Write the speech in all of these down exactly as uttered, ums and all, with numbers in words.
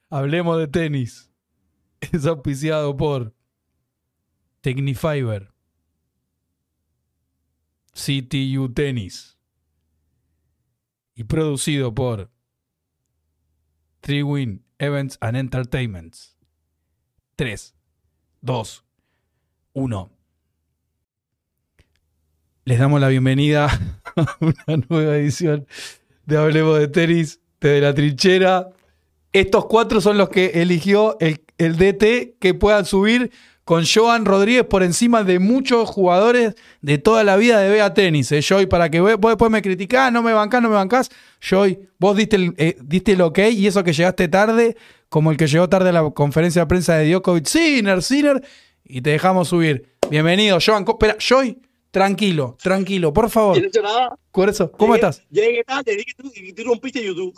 Hablemos de tenis. Es auspiciado por Tecnifiber, C T U Tennis y producido por Three Win Events and Entertainments. tres, dos, uno. Les damos la bienvenida a una nueva edición de Hablemos de Tenis desde la trinchera. Estos cuatro son los que eligió el, el D T que puedan subir con Joan Rodríguez por encima de muchos jugadores de toda la vida de Vega Tenis. Eh, Joy, para que vos después me criticás, no me bancás, no me bancás. Joy, vos diste el, eh, diste el ok y eso que llegaste tarde, como el que llegó tarde a la conferencia de prensa de Djokovic. Sinner, Sinner, y te dejamos subir. Bienvenido, Joan. Espera, Joy, tranquilo, tranquilo, por favor. Yo no he hecho nada. Por eso, ¿cómo Llegué, estás? Llegué tarde, dije tú, y tú rompiste YouTube.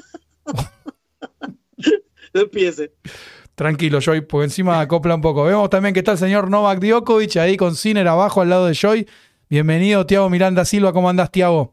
No empieces. Tranquilo, Joy, porque encima acopla un poco. Vemos también que está el señor Novak Djokovic ahí con Sinner abajo al lado de Joy. Bienvenido, Tiago Miranda Silva. ¿Cómo andás, Tiago?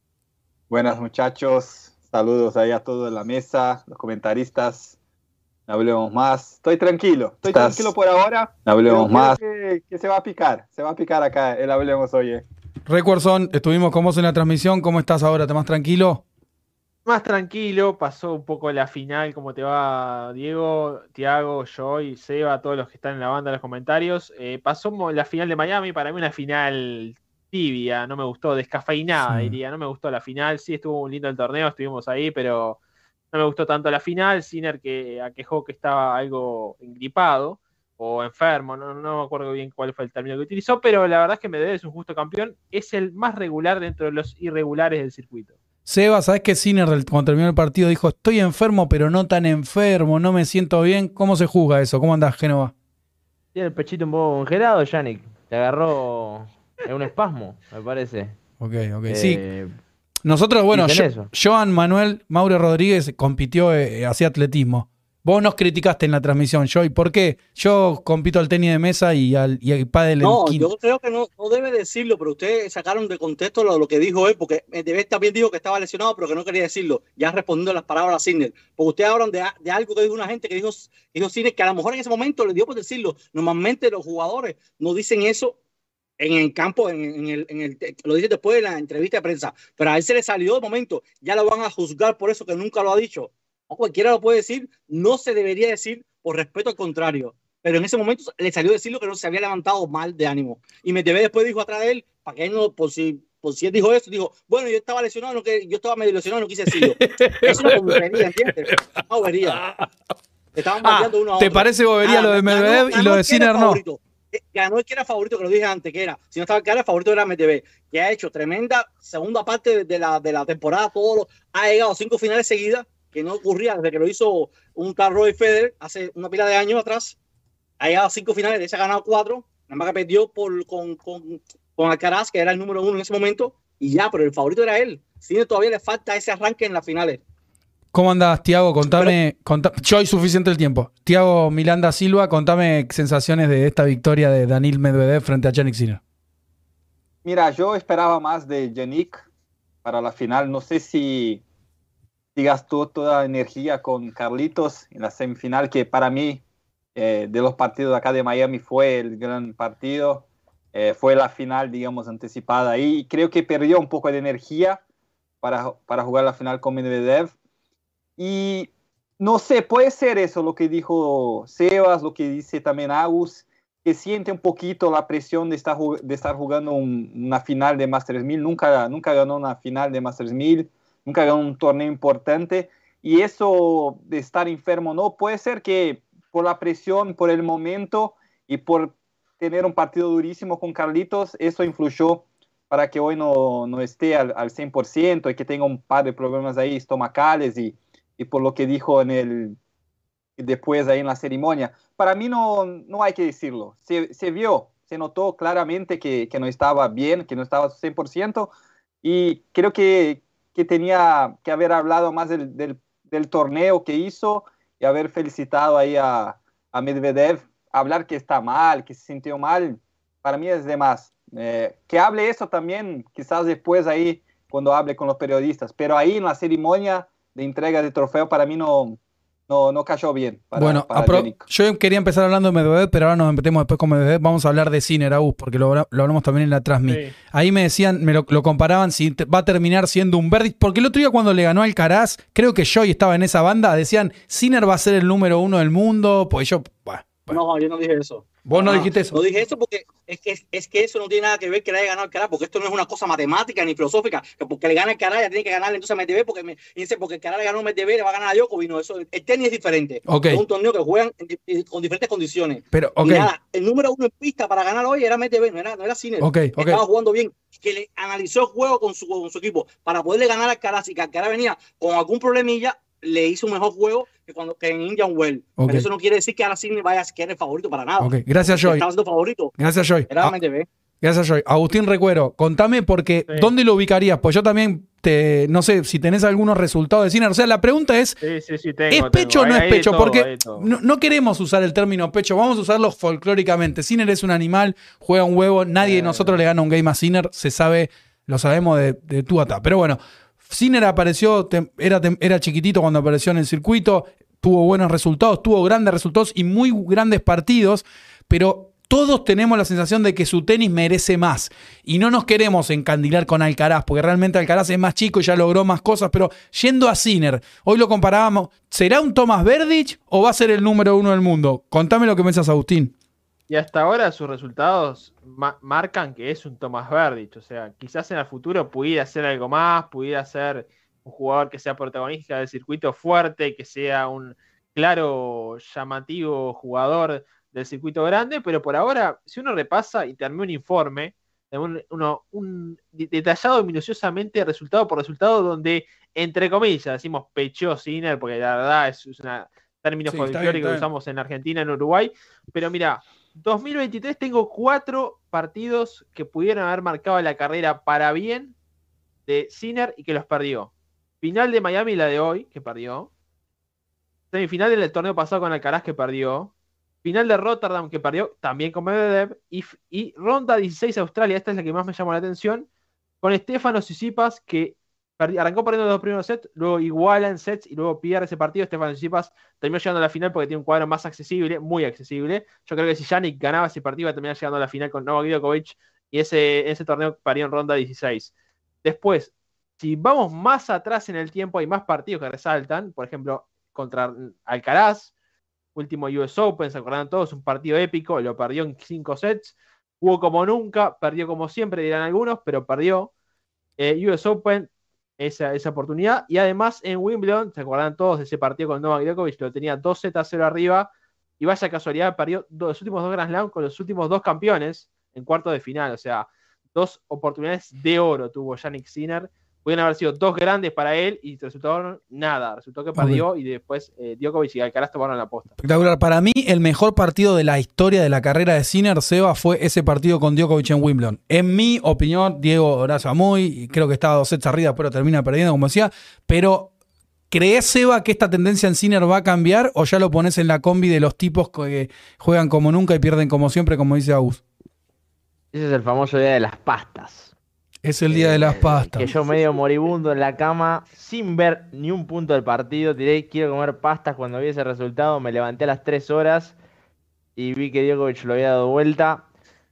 Buenas, muchachos. Saludos ahí a todos en la mesa, los comentaristas. No hablemos más. Estoy tranquilo. Estoy ¿Estás? tranquilo por ahora. No hablemos más. Que, que se va a picar. Se va a picar acá el Hablemos hoy. Eh. Recordson, estuvimos con vos en la transmisión. ¿Cómo estás ahora? ¿Estás más tranquilo? Más tranquilo, pasó un poco la final, ¿cómo te va, Diego, Tiago, Joy, Seba, todos los que están en la banda en los comentarios? Eh, pasó la final de Miami, para mí una final tibia, no me gustó, descafeinada, sí. diría, no me gustó la final, sí estuvo un lindo el torneo, estuvimos ahí, pero no me gustó tanto la final. Sinner que aquejó que estaba algo engripado o enfermo, no, no me acuerdo bien cuál fue el término que utilizó, pero la verdad es que Medvedev es un justo campeón, es el más regular dentro de los irregulares del circuito. Seba, ¿sabés que Sinner cuando terminó el partido dijo estoy enfermo pero no tan enfermo, no me siento bien? ¿Cómo se juzga eso? ¿Cómo andás, Génova? Tiene el pechito un poco congelado, Yannick. Te agarró en un espasmo, me parece. Ok, ok, eh, sí. Nosotros, bueno, yo, Joan Manuel Mauro Rodríguez compitió, eh, hacía atletismo. Vos nos criticaste en la transmisión, Joy. ¿Por qué? Yo compito al tenis de mesa y al, y al pádel. No, yo creo que no, no debe decirlo, pero ustedes sacaron de contexto lo, lo que dijo él, porque Medvedev también dijo que estaba lesionado, pero que no quería decirlo. Ya respondiendo a las palabras a Sinner. Porque ustedes hablan de, de algo que dijo una gente que dijo, dijo Sinner, que a lo mejor en ese momento le dio por decirlo. Normalmente los jugadores no dicen eso en el campo, en, en, el, en el, lo dicen después de la entrevista de prensa. Pero a él se le salió de momento. Ya lo van a juzgar por eso que nunca lo ha dicho. O cualquiera lo puede decir, no se debería decir por respeto al contrario. Pero en ese momento le salió decirlo que no se había levantado mal de ánimo. Y Medvedev después dijo atrás de él, para que él no, por si, por si él dijo eso, dijo, bueno, yo estaba lesionado, no que, yo estaba medio lesionado, no quise decirlo. Es una bobería, ¿entiendes? Una bobería. Estaban ah, uno a ¿te otro. Parece bobería ah, lo de Medvedev ganó, y lo de Sinner no? Ganó el que era favorito, que lo dije antes, que era, si no estaba claro, el favorito era Medvedev, que ha hecho tremenda segunda parte de la, de la temporada, todo lo, ha llegado a cinco finales seguidas, que no ocurría desde que lo hizo un tal Roger Federer hace una pila de años atrás. Ha llegado a cinco finales, de ese ha ganado cuatro, nada más que perdió por, con, con, con Alcaraz, que era el número uno en ese momento, y ya, pero el favorito era él. Sí, todavía le falta ese arranque en las finales. ¿Cómo andás, Tiago? Contame, contá, yo hay suficiente el tiempo. Tiago Miranda Silva, contame sensaciones de esta victoria de Daniil Medvedev frente a Jannik Sinner. Mira, yo esperaba más de Jannik para la final. No sé si, si gastó toda la energía con Carlitos en la semifinal, que para mí, eh, de los partidos de acá de Miami, fue el gran partido. Eh, fue la final, digamos, anticipada ahí. Y creo que perdió un poco de energía para, para jugar la final con Medvedev. Y no sé, puede ser eso lo que dijo Sebas, lo que dice también Agus, que siente un poquito la presión de estar, de estar jugando un, una final de Masters mil. Nunca, nunca ganó una final de Masters mil, nunca ganó un torneo importante. Y eso de estar enfermo, no, puede ser que por la presión, por el momento y por tener un partido durísimo con Carlitos, eso influyó para que hoy no, no esté al, al cien por ciento y que tenga un par de problemas ahí estomacales y y por lo que dijo en el, después ahí en la ceremonia. Para mí no, no hay que decirlo. Se, se vio, se notó claramente que, que no estaba bien, que no estaba cien por ciento, y creo que, que tenía que haber hablado más del, del, del torneo que hizo y haber felicitado ahí a, a Medvedev. Hablar que está mal, que se sintió mal, para mí es de más. Eh, que hable eso también, quizás después ahí, cuando hable con los periodistas, pero ahí en la ceremonia de entrega de trofeo, para mí no, no, no cayó bien para, bueno, para apro- Yannick. yo quería empezar hablando de Medvedev, pero ahora nos metemos después con Medvedev. Vamos a hablar de Sinner, Agus, porque lo, lo hablamos también en la Transmi. Sí. Ahí me decían, me lo, lo comparaban si te- va a terminar siendo un Verdict, porque el otro día cuando le ganó al Alcaraz, creo que Joy estaba en esa banda, decían, Sinner va a ser el número uno del mundo, pues yo, bueno, bueno. No, yo no dije eso. Vos no Ah, dijiste eso. No dije eso porque es que, es que eso no tiene nada que ver que le haya ganado Alcaraz, porque esto no es una cosa matemática ni filosófica, que porque le gana Alcaraz ya tiene que ganarle entonces a Medvedev, porque, me, y dice, porque Alcaraz le ganó a Medvedev, le va a ganar a Djokovic. No, eso, el tenis es diferente. Ok. Es un torneo que juegan en, en, con diferentes condiciones. Pero, ok, Y nada, el número uno en pista para ganar hoy era Medvedev, no era, no era Sinner. ok, ok. Estaba jugando bien, que le analizó el juego con su, con su equipo para poderle ganar a Alcaraz, y que Alcaraz venía con algún problemilla, le hizo un mejor juego que cuando que en Indian Wells. Ok. Pero eso no quiere decir que ahora Sinner vaya a ser el favorito para nada. Ok, gracias, Joy. Estaba siendo favorito. Gracias, Joy. Era Ah, Medvedev. gracias, Joy. Agustín Recuero, contame porque, Sí. ¿dónde lo ubicarías? Pues yo también, te, no sé, si tenés algunos resultados de Sinner. O sea, la pregunta es, Sí, sí, sí, tengo, ¿es tengo. pecho o no Hay- es hay de pecho? todo, hay Porque de todo. no, no queremos usar el término pecho, vamos a usarlo folclóricamente. Sinner es un animal, juega un huevo, nadie de Eh. nosotros le gana un game a Sinner, se sabe, lo sabemos de, de tú a ta. Pero bueno, Sinner apareció, tem- era, tem- era chiquitito cuando apareció en el circuito, tuvo buenos resultados, tuvo grandes resultados y muy grandes partidos, pero todos tenemos la sensación de que su tenis merece más y no nos queremos encandilar con Alcaraz, porque realmente Alcaraz es más chico y ya logró más cosas, pero yendo a Sinner, hoy lo comparábamos, ¿será un Thomas Berdych o va a ser el número uno del mundo? Contame lo que pensás, Agustín. Y hasta ahora sus resultados ma- marcan que es un Thomas Berdych. O sea, quizás en el futuro pudiera hacer algo más, pudiera ser un jugador que sea protagonista del circuito fuerte, que sea un claro, llamativo jugador del circuito grande, pero por ahora, si uno repasa y te armé un informe, un, uno, un detallado minuciosamente, resultado por resultado, donde, entre comillas, decimos pechó Sinner, porque la verdad es, es un término Sí, está bien, folclórico está que bien. usamos en Argentina, en Uruguay, pero mira, dos mil veintitrés tengo cuatro partidos que pudieron haber marcado la carrera para bien de Sinner y que los perdió. Final de Miami, la de hoy, que perdió. Semifinal del torneo pasado con Alcaraz, que perdió. Final de Rotterdam, que perdió también con Medvedev. Y, y ronda dieciséis Australia, esta es la que más me llamó la atención, con Stefanos Tsitsipas, que perdi- arrancó perdiendo los dos primeros sets, luego iguala en sets y luego pierde ese partido. Stefanos Tsitsipas terminó llegando a la final porque tiene un cuadro más accesible, muy accesible. Yo creo que si Yannick ganaba ese partido, iba a terminar llegando a la final con Novak Djokovic, y ese, ese torneo perdió en ronda dieciséis. Después, si vamos más atrás en el tiempo, hay más partidos que resaltan. Por ejemplo, contra Alcaraz, último U S Open, se acordarán todos, un partido épico, lo perdió en cinco sets. Jugó como nunca, perdió como siempre, dirán algunos, pero perdió. Eh, U S Open, esa, esa oportunidad. Y además en Wimbledon, se acordarán todos de ese partido con Novak Djokovic, lo tenía dos sets a cero arriba. Y vaya casualidad, perdió dos, los últimos dos Grand Slam con los últimos dos campeones en cuartos de final. O sea, dos oportunidades de oro tuvo Yannick Sinner. Pudieron haber sido dos grandes para él y resultó nada. Resultó que perdió y después eh, Djokovic y Alcaraz tomaron la posta. Espectacular. Para mí, el mejor partido de la historia de la carrera de Sinner, Seba, fue ese partido con Djokovic en Wimbledon. En mi opinión, Diego Horacio Amoy, creo que estaba dos sets arriba, pero termina perdiendo, como decía. Pero, ¿crees, Seba, que esta tendencia en Sinner va a cambiar o ya lo pones en la combi de los tipos que juegan como nunca y pierden como siempre, como dice Agus? Ese es el famoso día de las pastas. Es el día de las pastas. Que yo medio moribundo en la cama, sin ver ni un punto del partido, tiré quiero comer pastas. Cuando vi ese resultado me levanté a las tres horas y vi que Djokovic lo había dado vuelta.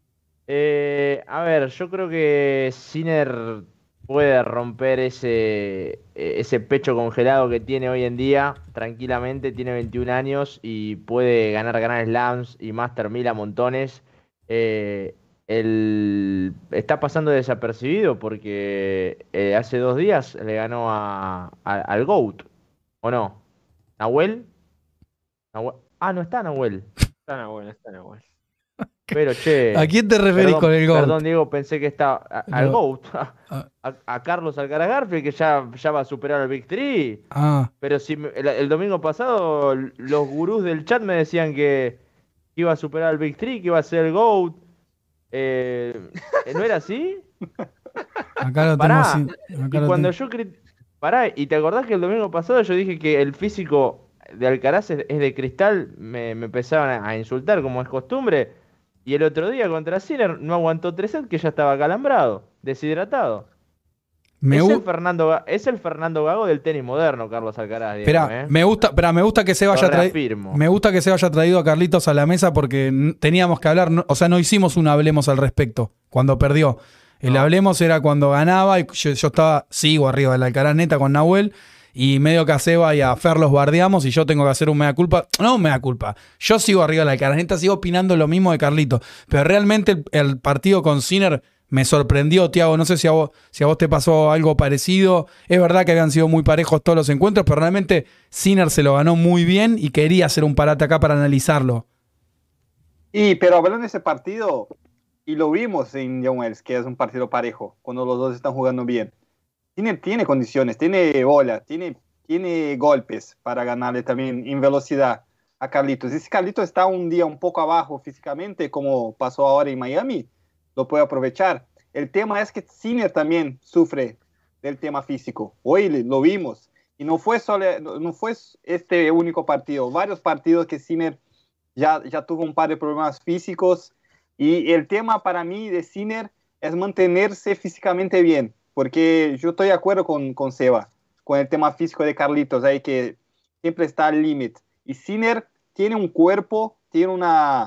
Eh, a ver, yo creo que Sinner puede romper ese, ese pecho congelado que tiene hoy en día tranquilamente. Tiene veintiún años y puede ganar Grand Slams y Master mil a montones. Eh, El, está pasando desapercibido porque eh, hace dos días le ganó a, a- al GOAT, ¿o no? ¿Nahuel? Nahuel- Ah, no está Nahuel. Está bueno, está bueno. Pero che. ¿A quién te referís perdón, con el GOAT? Perdón, Diego, pensé que estaba. a- al No. GOAT. A, a- a Carlos Alcaraz Garfield, que ya, ya va a superar al Big Three. Ah, Pero si me- el, el domingo pasado los gurús del chat me decían que iba a superar al Big Three, que iba a ser el GOAT. Eh, ¿No era así? acá lo tengo Pará, así. Acá Y lo cuando tengo. yo cri- Pará, ¿y te acordás que el domingo pasado yo dije que el físico de Alcaraz es, es de cristal? Me, me empezaban a, a insultar como es costumbre. Y el otro día contra Sinner no aguantó tres sets que ya estaba acalambrado, deshidratado. Me es, gu- el Fernando, Ga- es el Fernando Gago del tenis moderno, Carlos Alcaraz. Diego, Esperá, ¿eh? me gusta, esperá, me gusta que se Lo vaya traído. reafirmo. Me gusta que se haya traído a Carlitos a la mesa porque n- teníamos que hablar, no- o sea, no hicimos un hablemos al respecto cuando perdió. El No. hablemos era cuando ganaba y yo, yo estaba, sigo arriba del Alcaraz neta con Nahuel y medio que a Seba y a Fer los bardeamos y yo tengo que hacer un mea culpa. No un mea culpa, yo sigo arriba del Alcaraz neta, sigo opinando lo mismo de Carlitos. Pero realmente el, el partido con Sinner me sorprendió, Tiago. No sé si a, vos, si a vos te pasó algo parecido. Es verdad que habían sido muy parejos todos los encuentros, pero realmente Sinner se lo ganó muy bien y quería hacer un parate acá para analizarlo. Y, pero hablando de ese partido, y lo vimos en Indian Wells, que es un partido parejo, cuando los dos están jugando bien. Tiene, tiene condiciones, tiene bola, tiene, tiene golpes para ganarle también en velocidad a Carlitos. Y si Carlitos está un día un poco abajo físicamente, como pasó ahora en Miami, lo puede aprovechar. El tema es que Sinner también sufre del tema físico. Hoy lo vimos. Y no fue, solo, no fue este único partido, varios partidos que Sinner ya, ya tuvo un par de problemas físicos. Y el tema para mí de Sinner es mantenerse físicamente bien, porque yo estoy de acuerdo con, con Seba, con el tema físico de Carlitos, ahí que siempre está al límite. Y Sinner tiene un cuerpo, tiene una,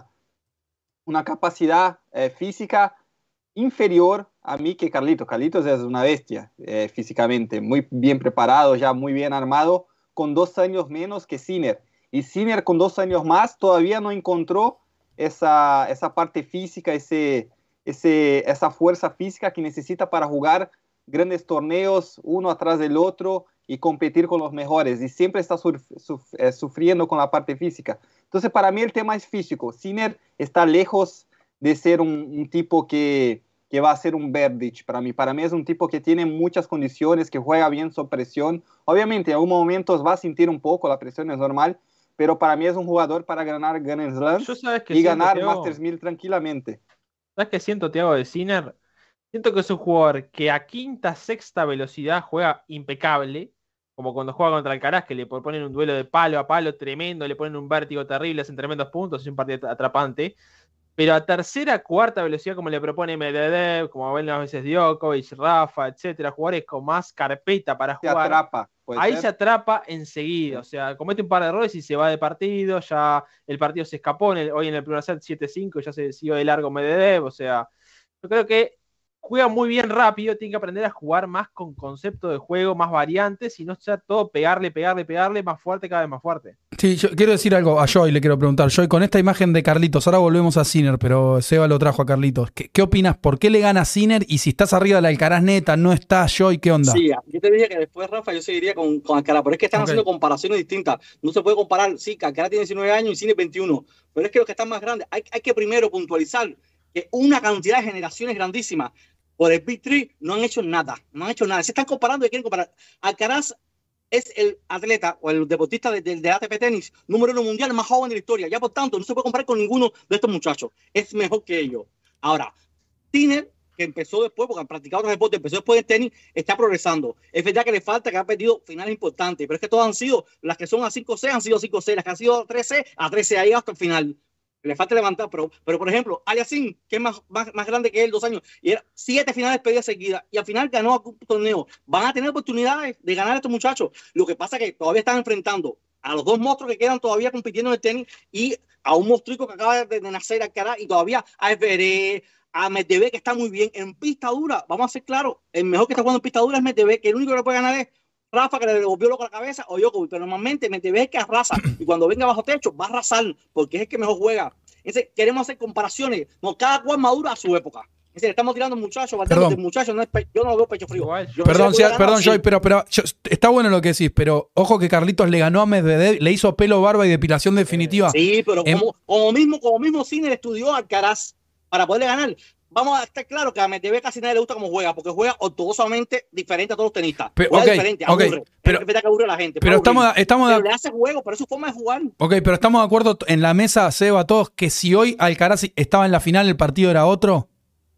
una capacidad eh, física inferior a mí que Carlitos. Carlitos es una bestia eh, físicamente, muy bien preparado, ya muy bien armado, con dos años menos que Sinner. Y Sinner con dos años más todavía no encontró esa, esa parte física, ese, ese, esa fuerza física que necesita para jugar grandes torneos uno atrás del otro y competir con los mejores. Y siempre está suf, suf, eh, sufriendo con la parte física. Entonces, para mí el tema es físico. Sinner está lejos de ser un, un tipo que, que va a ser un Berdych para mí. Para mí es un tipo que tiene muchas condiciones, que juega bien sob presión. Obviamente, en algunos momentos va a sentir un poco, la presión es normal, pero para mí es un jugador para ganar Grand Slams y ganar Tiago, Masters mil tranquilamente. ¿Sabes qué siento, Tiago, de Sinner? Siento que es un jugador que a quinta, sexta velocidad juega impecable, como cuando juega contra Alcaraz, que le ponen un duelo de palo a palo tremendo, le ponen un vértigo terrible, hacen tremendos puntos, es un partido atrapante. Pero a tercera, cuarta velocidad, como le propone Medvedev, como ven a veces Djokovic, Rafa, etcétera, jugadores con más carpeta para jugar. Se atrapa. Ahí ser. se atrapa enseguida, o sea, comete un par de errores y se va de partido, ya el partido se escapó, en el, hoy en el primer set siete cinco, ya se siguió de largo Medvedev, o sea, yo creo que juega muy bien rápido, tiene que aprender a jugar más con concepto de juego, más variantes, y no sea todo pegarle, pegarle, pegarle, más fuerte, cada vez más fuerte. Sí, yo quiero decir algo a Joy, le quiero preguntar. Joy, con esta imagen de Carlitos, ahora volvemos a Sinner, pero Seba lo trajo a Carlitos. ¿Qué, qué opinas? ¿Por qué le gana Sinner? Y si estás arriba de la Alcaraz neta, no está Joy, ¿qué onda? Sí, yo te dije que después, Rafa, yo seguiría con, con Alcaraz, pero es que están okay. haciendo comparaciones distintas. No se puede comparar, sí, que Alcaraz tiene diecinueve años y Sinner veintiuno, pero es que los que están más grandes, hay, hay que primero puntualizar que una cantidad de generaciones grandísimas por el Big Three no han hecho nada, no han hecho nada. Se están comparando y quieren comparar. Alcaraz es el atleta o el deportista de, de, de A T P tenis número uno mundial más joven de la historia. Ya por tanto, no se puede comparar con ninguno de estos muchachos. Es mejor que ellos. Ahora, Sinner, que empezó después, porque han practicado otros deportes, empezó después del tenis, está progresando. Es verdad que le falta, que ha perdido finales importantes, pero es que todas han sido, las que son a cinco C han sido cinco C, las que han sido a tres C, a tres C, ahí hasta el final. Le falta levantar, pero, pero por ejemplo, Aliassime, que es más, más, más grande que él, dos años, y era siete finales perdidas seguidas, y al final ganó un torneo. Van a tener oportunidades de ganar a estos muchachos. Lo que pasa es que todavía están enfrentando a los dos monstruos que quedan todavía compitiendo en el tenis y a un monstruo que acaba de, de nacer Alcaraz, y todavía a Zverev, a Medvedev, que está muy bien en pista dura. Vamos a ser claros, el mejor que está jugando en pista dura es Medvedev, que el único que le puede ganar es Rafa, que le devolvió loco la cabeza, o Djokovic, pero normalmente Medvedev es que arrasa, y cuando venga bajo techo va a arrasar, porque es el que mejor juega. Entonces, queremos hacer comparaciones, no, cada cual madura a su época. Es decir, estamos tirando muchachos, perdón. El muchacho no es pe- yo no lo veo pecho frío. Yo perdón, no si, ganar, perdón, sí. Joy, pero, pero yo, está bueno lo que decís, pero ojo que Carlitos le ganó a Medvedev, le hizo pelo, barba y depilación definitiva. Sí, pero en... como, como mismo, como mismo Sinner estudió a Alcaraz para poderle ganar. Vamos a estar claros que a Medvedev casi nadie le gusta cómo juega, porque juega ortodoxamente diferente a todos los tenistas. Pero, juega okay, diferente, okay, aburre. Pero, es verdad que aburre a la gente. Pero estamos, estamos pero de... le hace juego, pero es su forma de jugar. Ok, pero estamos de acuerdo en la mesa, Seba, todos, que si hoy Alcaraz estaba en la final, el partido era otro.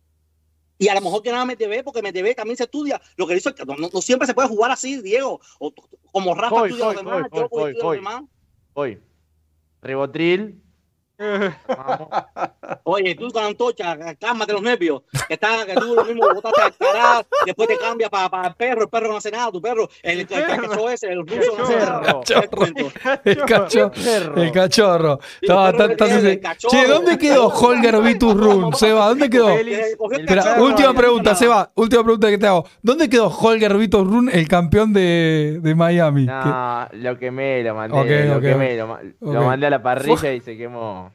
Y a lo mejor que nada Medvedev, porque Medvedev también se estudia lo que hizo. No, no, no siempre se puede jugar así, Diego. O, como Rafa hoy, estudia hoy, los demás, hoy, yo hoy, estudio los demás. Hoy, Ribotril, Oye, tú con Antocha, cálmate los nervios. Que, está, que tú lo mismo botaste al Alcaraz, después te cambias para pa el perro, el perro no hace nada, tu perro, el, el, el, el cachorro ese, el ruso no hace nada. El cachorro. El cachorro. Estaba tan, tan, el cachorro. Che, ¿dónde quedó Holger Vitus Run? Seba, ¿dónde quedó? Espera, última pregunta, Seba. Última pregunta que te hago. ¿Dónde quedó Holger Vitus Run, el campeón de, de Miami? No, ¿Qué? lo quemé, lo mandé. Okay, lo okay. quemé, lo, lo Okay. mandé a la parrilla y se quemó.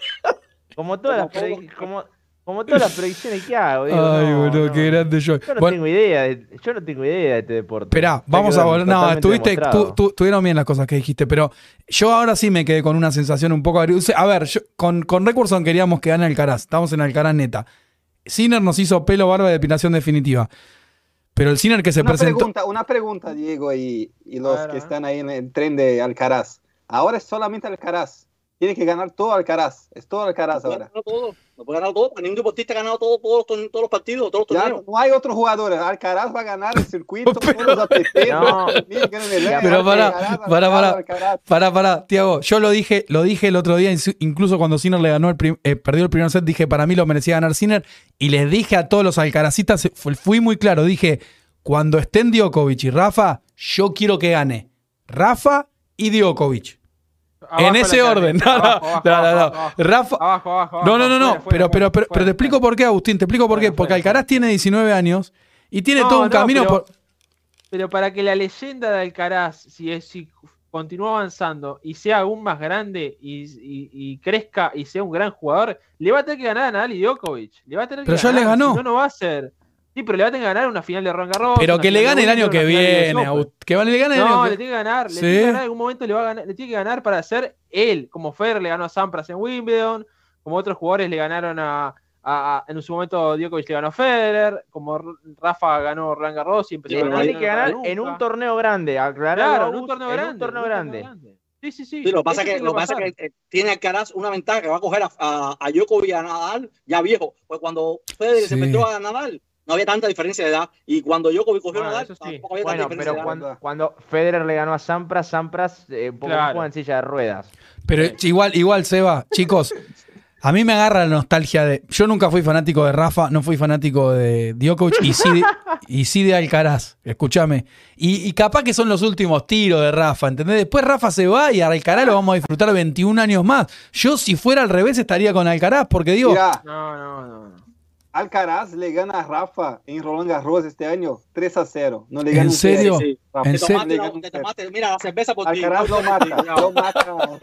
Como todas las predic- como, como todas las predicciones que hago. Digo, Ay, no, boludo, no. qué grande yo. Yo no Bueno, tengo idea de, yo no tengo idea de este deporte. esperá, Ya vamos quedó a volver. No, totalmente estuviste, tú, demostrado. tú, estuvieron bien las cosas que dijiste, pero yo ahora sí me quedé con una sensación un poco agridulce. A ver, yo, con, con Recurson queríamos que gane Alcaraz. Estamos en Alcaraz neta. Sinner nos hizo pelo, barba y depilación definitiva. Pero el Sinner que se una presentó. Pregunta, una pregunta, Diego, y, y los Claro. que están ahí en el tren de Alcaraz. Ahora es solamente Alcaraz. Tiene que ganar todo Alcaraz. Es todo Alcaraz No puede ahora. ganar todo, no puede ganar todo, porque ningún deportista ha ganado todo, todos, todos, todos los partidos, todos los Ya torneos. no hay otros jugadores. Alcaraz va a ganar el circuito, todos los A T P. No. Pero pará, pará, pará. Pará, pará, Tiago, yo lo dije, lo dije el otro día, incluso cuando Sinner le ganó el prim- eh, perdió el primer set, dije para mí lo merecía ganar Sinner, y les dije a todos los alcaracistas, fu- fui muy claro, dije, cuando estén Djokovic y Rafa, yo quiero que gane Rafa y Djokovic. Abajo En la ese carne. orden. No, no, Abajo, abajo, no, no, abajo, no. abajo. Rafa. Abajo, abajo, No, no, no, no. abajo, fuera, Pero, fuera, pero, pero, fuera, pero te explico fuera. por qué, Agustín. Te explico por qué. Fuera, Porque fuera, Alcaraz fuera. tiene diecinueve años y tiene No, todo un no, camino pero- por. Pero para que la leyenda de Alcaraz, si, es, si continúa avanzando y sea aún más grande y, y- y crezca y sea un gran jugador, le va a tener que ganar a Nadal y Djokovic. Le va a tener que Pero ya ganar, le ganó. Si no, no va a ser. Sí, pero le va a tener que ganar una final de Roland Garros. Pero una que le final de gane el año Wimbledon, que una final de viene. U S Open. Agust- Que le gane el año No, que le tiene que ganar, le Sí. tiene que ganar, en algún momento le va a ganar, le tiene que ganar para ser él, como Federer le ganó a Sampras en Wimbledon, como otros jugadores le ganaron a, a- a- en su momento Djokovic le ganó a Federer, como R- Rafa ganó Roland Garros y empezó Sí, a Pero ganar. tiene que ganar nunca. en un torneo grande. Aclaralo, Claro, en Agus, un torneo en grande. un torneo en un grande. Sí, sí, sí. Sí, lo que pasa Eso que tiene lo que pasa pasar. que eh, tiene Alcaraz una ventaja que va a coger a, a, a Djokovic y a Nadal ya viejo. Pues cuando Federer Sí. se metió a Nadal, no había tanta diferencia de edad. Y cuando Djokovic cogió Bueno, a Nadal, eso sí. tampoco había Bueno, tanta diferencia pero de edad. cuando, cuando Federer le ganó a Sampras, Sampras eh, un poco Claro. juega en silla de ruedas. Pero igual, igual, Seba, chicos, a mí me agarra la nostalgia de. Yo nunca fui fanático de Rafa, no fui fanático de Djokovic y sí de, y sí de Alcaraz. Escúchame. Y, y capaz que son los últimos tiros de Rafa, ¿entendés? Después Rafa se va y a Alcaraz lo vamos a disfrutar veintiún años más. Yo, si fuera al revés, estaría con Alcaraz, porque digo. Mira, No, no, no. no. Alcaraz le gana a Rafa en Roland Garros este año tres a cero. No le gana ¿En un serio? set. Sí. Rafa. ¿En Te serio? tomaste, Le una- gana un te set. tomaste, mira, la cerveza por ti. Alcaraz lo mata, lo mata,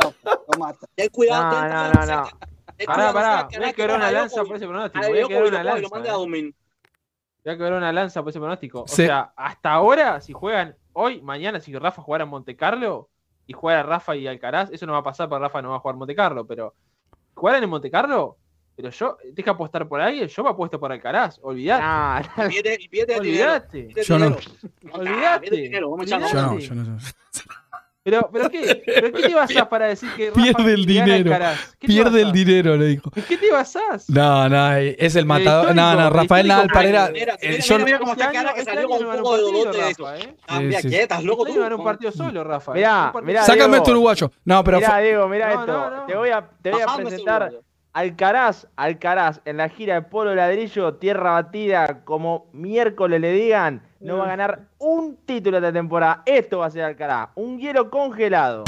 lo mata. Ten cuidado. No, ten no, cuidado, no, ten no. cuidado, Pará, pará. Alcaraz, Voy a que quebrar una coja a lanza Djokovic. por ese pronóstico. A Voy a Djokovic quebrar lo una coge y lo lanza. mande a eh. Domin. Voy a quebrar una lanza por ese pronóstico. O Sí. sea, hasta ahora, si juegan hoy, mañana, si Rafa jugara en Monte Carlo y jugara Rafa y Alcaraz, eso no va a pasar porque Rafa no va a jugar Monte Carlo, pero jugaran en Monte Carlo, pero yo, deja apostar por ahí, yo me apuesto por Alcaraz, olvidate. Ah, Y pierde- y pierde el dinero. Olvidate. Pierde el Yo no. dinero. Olvidate. Pierde el dinero, vamos a echarlo. Yo no, Olvidate. yo no. Pero, pero qué, pero qué te basás para decir que Rafa Pierde el le gana a dinero. Alcaraz? ¿Qué te Pierde el basás? dinero, le dijo. ¿En qué te basás? No, no, es el matador. histórico, No, no, el Rafael histórico Nadal Parera. Mira, mira, eh, mira, yo- mira, mira cómo Este está año- cara que este salió año con me un ganó poco de partido, dolor de eso. Rafa, ¿eh? Cambia Sí, sí. quietas, loco Este tú. año ganó un partido solo, Rafa. Mirá, Un partido mirá, solo. Sácame Diego. este uruguayo. No, pero. Mirá, fa- Diego, mirá No, esto. no, no. Te voy a, te voy a Bajame ese presentar uruguayo. Alcaraz, Alcaraz, en la gira de Polo Ladrillo, tierra batida, como miércoles le digan, no va a ganar un título esta temporada. Esto va a ser Alcaraz, un hielo congelado.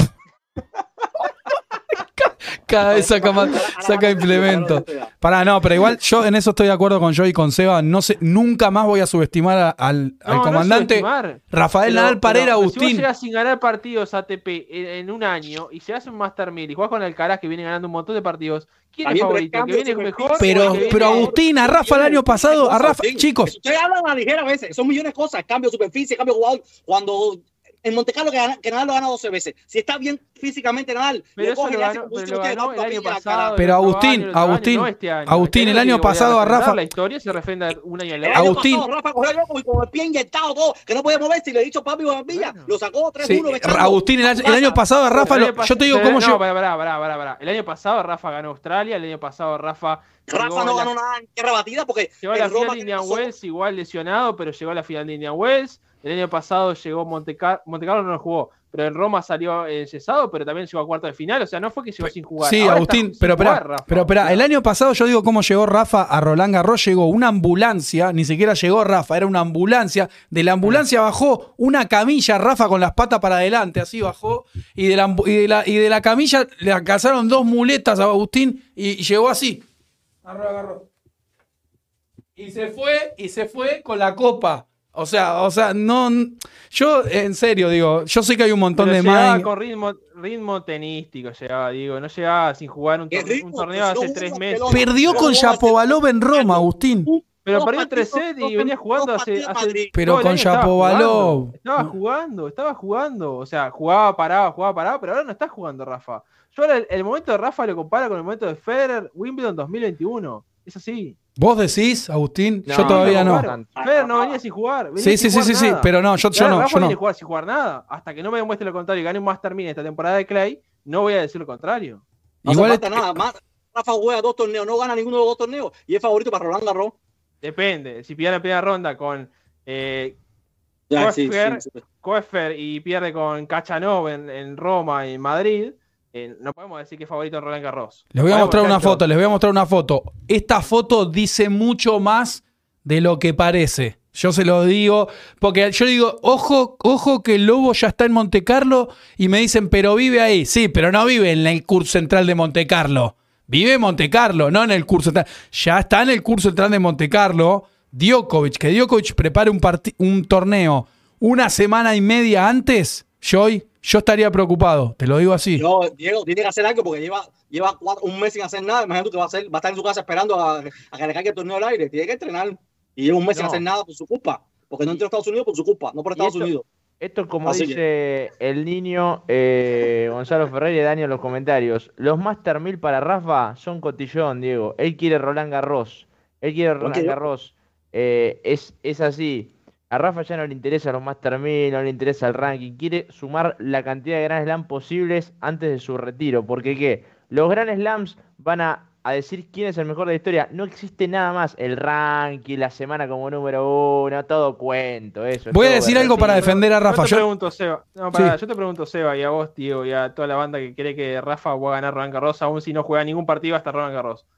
Cada vez saca más, saca implemento. Pará, no, pero igual yo en eso estoy de acuerdo con Joey y con Seba. No sé, nunca más voy a subestimar a- al, No, al no comandante subestimar. Rafael Pero- Nadal Parera pero Si vos Agustín. llegás sin ganar partidos A T P en, en un año y se hace un Master mil y jugás con Alcaraz que viene ganando un montón de partidos, ¿quién es También, pero el favorito? ¿El que cambio viene de mejor? superficie, Pero, o el que pero viene- Agustín, a Rafa el año pasado, a Rafa, chicos, Ustedes hablan a la ligera a veces, son millones de cosas, cambio de superficie, cambio de jugador. Cuando en Monte Carlo que, gana- que Nadal lo gana doce veces. Si está bien físicamente Nadal, Pero le eso coge lo y le hace ganó, como pero si lo usted ganó da el año papilla a la pasado. cara. el Pero otro Agustín, año, el otro Agustín, año, no este año. Agustín, Este el año digo, voy a pasado a refrendar Rafa- La historia se refrenda una y al El otro. año Agustín. pasado, Rafa cogió loco y con el pie inyectado todo, que no podía moverse y le he dicho papi Barbilla, Bueno. lo sacó tres sí, uno. becando. Agustín, el, año- el año pasado a Rafa, El lo- año pas- yo te digo pero cómo no, yo. pará, pará, pará, pará, pará. El año pasado Rafa ganó Australia, el año pasado Rafa llegó Rafa a no la- ganó nada en tierra batida porque llegó a la en Roma final de Indian que pasó- Wells igual lesionado, pero llegó a la final de Indian Wells. El año pasado llegó Montecar Montecarlo, no lo jugó, pero en Roma salió enyesado, pero también llegó a cuarto de final. O sea, no fue que llegó sin jugar. Sí, Ahora Agustín, está pero sin jugar, espera, Rafa. pero espera, el año pasado yo digo cómo llegó Rafa a Roland Garros, llegó una ambulancia, ni siquiera llegó Rafa, era una ambulancia, de la ambulancia bajó una camilla, Rafa con las patas para adelante, así bajó, y de la, ambu- y de la, y de la camilla le alcanzaron dos muletas a Agustín y, y llegó así. A Roland Garros. Y se fue, y se fue con la copa. O sea, o sea, no. Yo, en serio, digo, yo sé que hay un montón Pero de llegaba más. con ritmo, ritmo tenístico, llegaba, digo, no llegaba sin jugar un, ¿Qué tor- ritmo? un torneo Pues hace no tres hubo meses. pelota. Perdió Pero con vos Shapovalov en Roma, hace- Agustín. Pero Dos perdió tres partidos, sets dos- y venía dos jugando hace, partidos en hace Madrid. Pero todo el con año estaba Shapovalov. jugando. Estaba jugando, estaba jugando. O sea, jugaba parado, jugaba parado, pero ahora no está jugando Rafa. Yo ahora el, el momento de Rafa lo comparo con el momento de Federer, Wimbledon dos mil veintiuno. Es así. ¿Vos decís, Agustín? No, yo todavía no, no. comparo. Federer no venía sin jugar. venía Sí, sin sí, sí, jugar sí, sí, nada. pero no, yo, Y yo ahora no, Rafa yo viene no. jugar sin jugar nada. Hasta que no me demuestre lo contrario y gane un Master mil esta temporada de Clay, no voy a decir lo contrario. No Igual hace falta es- nada más. Rafa juega dos torneos, no gana ninguno de los dos torneos y es favorito para Roland Garros. Depende. Si pierde la primera ronda con eh, Ya, sí, Koepfer, sí, sí. Koepfer y pierde con Kachanov en, en Roma y en Madrid, eh, no podemos decir que es favorito en Roland Garros. Les voy a Podemos, mostrar una muchachos. foto, les voy a mostrar una foto. Esta foto dice mucho más de lo que parece. Yo se lo digo, porque yo digo, ojo, ojo que el Lobo ya está en Monte Carlo y me dicen, pero vive ahí. Sí, pero no vive en el curso central de Monte Carlo. Vive en Monte Carlo, no en el curso central. Ya está en el curso central de Monte Carlo. Djokovic, que Djokovic prepare un, parti- un torneo una semana y media antes, yo, yo estaría preocupado, te lo digo así. Yo, Diego, tiene que hacer algo porque lleva, lleva cuatro- un mes sin hacer nada. Imagínate que va a, hacer, va a estar en su casa esperando a, a que le caiga el torneo al aire. Tiene que entrenar. Y lleva un mes sin No. hacer nada por su culpa. Porque no entró a Estados Unidos por su culpa, no por Y Estados esto- Unidos. Esto es como Así dice el niño eh, Gonzalo Ferrer y Dani en los comentarios. Los Master mil para Rafa son cotillón, Diego. Él quiere Roland Garros. Él quiere Roland Ok. Garros. Eh, es, es así. A Rafa ya no le interesa los Master mil, no le interesa el ranking. Quiere sumar la cantidad de Grand Slam posibles antes de su retiro. Porque ¿qué? Los Grand Slams van a, a decir quién es el mejor de la historia. No existe nada más. El ranking, la semana como número uno, todo cuento. Eso. es Voy a todo decir algo para berretino. defender a Rafa. Yo te Yo- pregunto, Seba. No, pará, Sí. yo te pregunto, Seba, y a vos, Diego, y a toda la banda que cree que Rafa va a ganar Roland Garros, aún si no juega ningún partido hasta Roland Garros.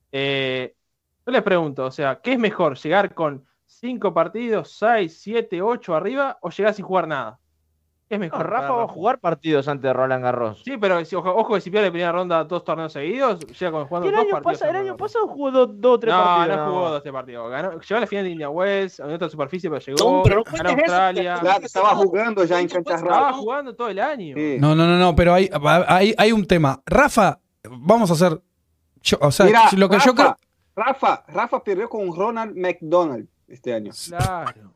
Eh, yo les pregunto, o sea, ¿qué es mejor? ¿Llegar con cinco partidos, seis, siete, ocho arriba, o llegar sin jugar nada? ¿Qué es No, mejor? Rafa para va a jugar partidos antes de Roland Garros. Sí, pero si, ojo, ojo que si pierde la primera ronda dos torneos seguidos, llega con jugando Y el dos año, partidos. pasa- el en año Roland Garros. pasado jugó dos o tres No, partidos. no nada jugó más. dos este partido. Ganó, llegó a la final de India West, a otra superficie, pero llegó. No, pero no ganó cuentes eso, Australia. porque- Claro, estaba jugando ya en canchas Estaba raras. jugando todo el año. Sí. No, no, no, no, pero hay, hay, hay un tema. Rafa, vamos a hacer. yo- o sea, Mira, lo que Rafa, yo creo. Rafa, Rafa perdió con Ronald McDonald este año. Claro.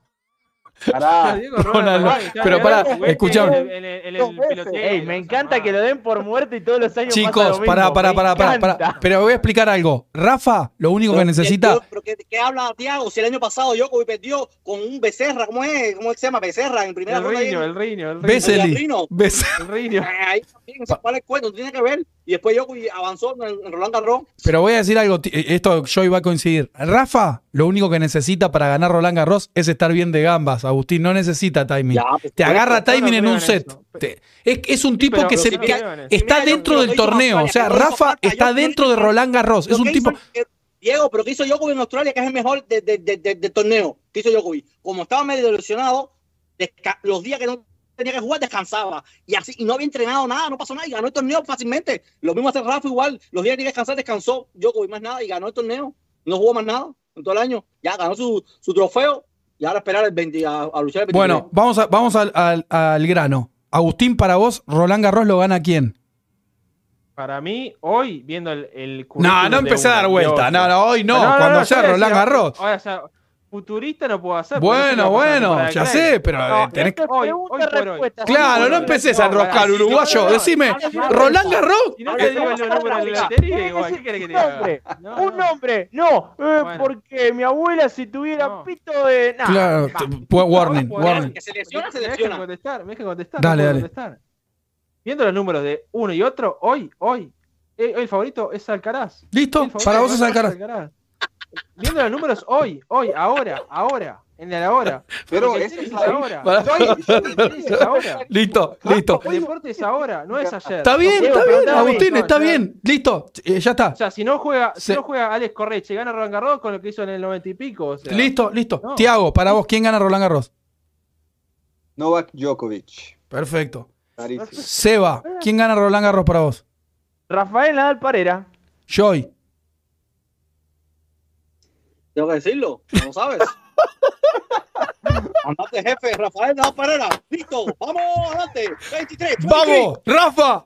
Pará. Diego Ronald, Ronald, no, ya pero ganó pará, el juguete escuchame. En el, en el Dos veces. peloteo, Ey, no me sé encanta más. que lo den por muerto y todos los años pasa Chicos, lo pará, mismo. pará, Me pará, pará, encanta. pará. Pero voy a explicar algo. Rafa, lo único que Pero, necesita. Diego, pero ¿qué, qué habla Tiago? Si el año pasado Djokovic perdió con un Becerra, ¿cómo es? ¿Cómo es que se llama? Becerra en primera El ronda. ahí riño, en- el riño, el riño. Vesely. Rino. Ves- El riño. Ahí también, ese cuál es el cuento, no tiene que ver. Y después Djokovic avanzó en, en Roland Garros. Pero voy a decir algo. ti- Esto yo iba a coincidir. Rafa, lo único que necesita para ganar Roland Garros es estar bien de gambas. Agustín, no necesita timing. Ya, pues, Te agarra yo no timing en creo un en set. eso. Te- es, es un tipo pero- que pero se sí, que mira, está mira, dentro lo- del lo hizo en torneo. O Australia, sea, que no hizo Rafa falta. está Yo- dentro de Roland Garros. Lo Es un que tipo. hizo, eh, Diego, pero ¿qué hizo Djokovic en Australia, que es el mejor del de, de, de, de torneo? ¿Qué hizo Djokovic? Como estaba medio lesionado, desca- los días que no tenía que jugar, descansaba. Y así, y no había entrenado nada, no pasó nada, y ganó el torneo fácilmente. Lo mismo hace Rafa igual. Los días que tenía que descansar, descansó Djokovic más nada y ganó el torneo. No jugó más nada en todo el año. Ya ganó su, su trofeo y ahora esperar el veinte, a, a luchar el veintitrés. Bueno, vamos, a, vamos al, al- al grano. Agustín, para vos, ¿Roland Garros lo gana quién? Para mí, hoy, viendo el, el No, currículum no de empecé a uno, dar de vuelta. otro. No, no, hoy no. No, no, Cuando no, sea yo decía, Roland Garros. O sea, futurista no puedo hacer. porque no sé Bueno, qué va a pasar en la bueno, temporada de ya Clay. sé, pero No, eh, tenés Esto es Hoy- pregunta, hoy por hoy. respuesta. Claro, no no, empecés no, a enroscar, no, uruguayo. no, no, Decime, no, no, ¿Roland Garros? Si no te digo el número del letería, digo, ¿qué querés que Un te haga? nombre, No, un no. nombre, no, eh, Bueno. porque mi abuela si tuviera No. pito de... Nah, Claro, va. t- pu- warning, No, warning. Que se lesiona, se Me dejen lesiona. contestar, me dejen contestar. Dale, no puedo dale. contestar. Viendo los números de uno y otro, hoy, hoy, eh, hoy el favorito es Alcaraz. ¿Listo? El favorito Para vos es Alcaraz. Alcaraz. Viendo los números hoy, hoy, ahora, ahora, En la hora. Pero Porque el esa tenis es es la ahora. Para- El tenis es ahora. Listo, listo. El deporte es ahora, no es ayer. Está bien, Diego, está bien, preguntame a mí. Agustín, No, está ya- bien. Listo, eh, ya está. O sea, si no juega, Se- si no juega Alex Correche y gana Roland Garros con lo que hizo en el noventa y pico. O sea, Listo, listo. no. Tiago, para vos, ¿quién gana Roland Garros? Novak Djokovic. Perfecto. Clarísimo. Seba, ¿quién gana Roland Garros para vos? Rafael Nadal Parera. Joy. Tengo que decirlo, no lo sabes. Andate, jefe, Rafael Nadal Parera. Listo, vamos, adelante. veintitrés. ¡Vamos, Rafa!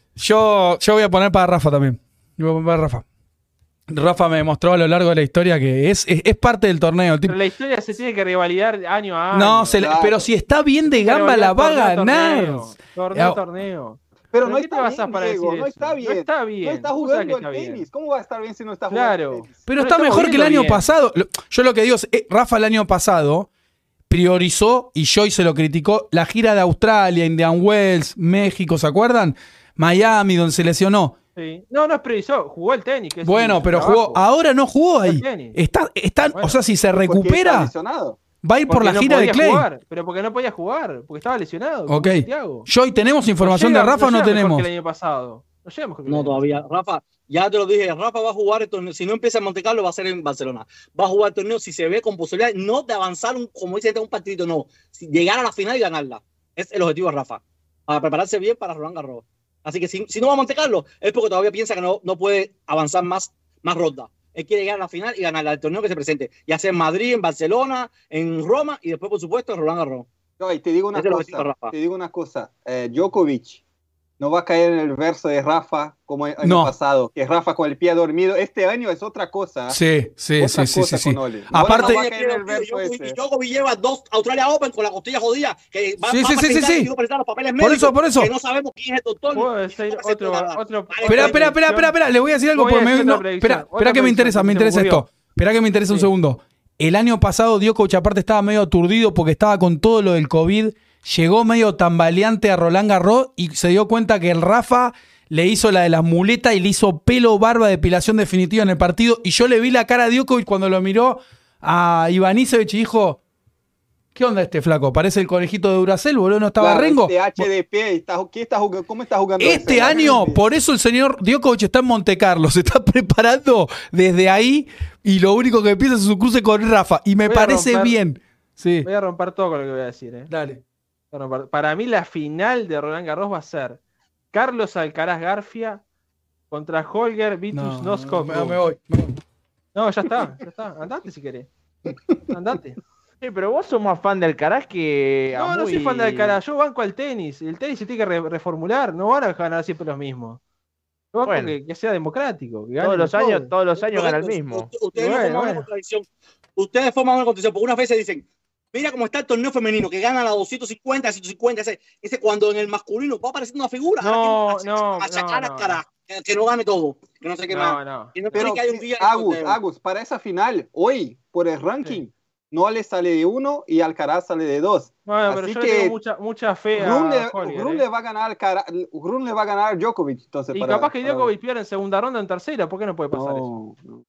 Yo, yo voy a poner para Rafa también. Yo voy a poner para Rafa. Rafa me demostró a lo largo de la historia que es, es, es parte del torneo. El tipo- Pero la historia se tiene que revalidar año a año. no, se le- claro. pero si está bien de Tiene que gamba, la va a revalidar torneo, ganar. Torneo, torneo, Ya- torneo. Pero ¿Pero no qué te está basás bien, para Diego, decir no eso? está bien. No está bien. No está Vos sabés jugando que al está bien. tenis. ¿Cómo va a estar bien si no está Claro. jugando al tenis? Pero No está estamos mejor que el viendo año bien. pasado. Lo- Yo lo que digo es, eh, Rafa el año pasado priorizó, y Joy se lo criticó, la gira de Australia, Indian Wells, México, ¿se acuerdan? Miami, donde se lesionó. Sí. No, no es previsor, jugó el tenis. que es Bueno, su pero trabajo. jugó. Ahora no jugó ahí. Jugó el tenis. Está, está, Bueno. o sea, si se ¿Por qué está recupera, lesionado? va a ir por Porque la no gira de podía Clay. jugar, pero porque no podía jugar, porque estaba lesionado. como Ok. Santiago. Joy, ¿tenemos información llega- de Rafa o no llega mejor tenemos? que el año pasado. No llega mejor que el No, año todavía. Rafa, ya te lo dije, Rafa va a jugar el torneo. Si no empieza en Monte Carlo, va a ser en Barcelona. Va a jugar el torneo si se ve con posibilidad, no de avanzar, un, como dice, un partidito, no. Si llegar a la final y ganarla. Es el objetivo de Rafa. Para prepararse bien para Roland Garros. Así que si, si no va a Monte Carlo, es porque todavía piensa que no, no puede avanzar más, más ronda. Él quiere llegar a la final y ganarla, el torneo que se presente. Ya sea en Madrid, en Barcelona, en Roma y después, por supuesto, en Roland Garros. No, y te digo una Ese es el objetivo de cosa, Rafa. te digo una cosa, eh, Djokovic no va a caer en el verso de Rafa como el año No. pasado, que Rafa con el pie dormido. Este año es otra cosa. Sí, sí, otra sí, sí, cosa sí, sí. con Ole. Aparte- no va a caer en el verso Djokovic, ese. Djokovic lleva dos Australia Open con la costilla jodida. Que va, Sí, va sí, a sí, sí, presentar sí. y no presentar los papeles Por médicos, eso, por eso. Que no sabemos quién es el doctor. ¿Puedo y decir no presenta otro- nada. otro- Vale, Espera, Otra espera, espera, espera, espera, le voy a decir algo Voy a porque me decir no, otra predicción, espera, espera otra que me predicción interesa, que me se me interesa ocurrió. esto. Espera que me interesa un Sí. segundo. El año pasado Djokovic aparte estaba medio aturdido porque estaba con todo lo del COVID, llegó medio tambaleante a Roland Garros y se dio cuenta que el Rafa le hizo la de las muletas y le hizo pelo, barba, depilación definitiva en el partido. Y yo le vi la cara a Djokovic cuando lo miró a Ivanisevic y dijo, ¿qué onda este flaco? Parece el conejito de Duracell, boludo, no estaba Claro, Rengo. este H D P, está, ¿qué está jugando? ¿Cómo está jugando? Este ese? año, por eso el señor Djokovic está en Monte Carlo, se está preparando desde ahí y lo único que empieza es su cruce con Rafa. Y me Voy a parece romper- bien. Sí, Voy a romper todo con lo que voy a decir. ¿eh? dale. Voy a romper- Para mí la final de Roland Garros va a ser Carlos Alcaraz Garfia contra Holger Vitus No, Noskov. me, me voy. me voy. No, ya está, ya está. Andate si querés. Andate. Sí, pero vos sos más fan del Alcaraz que. a No, no soy muy- fan de Alcaraz. Yo banco al tenis. El tenis se tiene que re- reformular. No van a ganar siempre los mismos. Yo banco Bueno. que, que sea democrático. Que Todos ganen los todos. años, todos los años gana el Correcto. mismo. U- Ustedes Bueno, forman bueno. una contradicción. Ustedes forman una contradicción. Porque unas veces dicen, mira cómo está el torneo femenino, que gana la doscientos cincuenta, ciento cincuenta. Ese, ese cuando en el masculino va apareciendo una figura. No, ahora quieren no, achacar no, a cara, que, que no gane todo. Que no sé qué No, más. no. Que no Pero, quieren que haya un día en Agus, donde- Agus, para esa final, hoy, por el ranking, no le sale de uno y Alcaraz sale de dos. Bueno, pero Así yo le que tengo mucha, mucha fe a Rune, Holger. Rune ¿eh? le va a ganar Alcaraz, Rune le va a ganar Djokovic. Entonces, Y para- capaz que para- Djokovic pierda en segunda ronda, en tercera. ¿Por qué no puede pasar eso? No, no.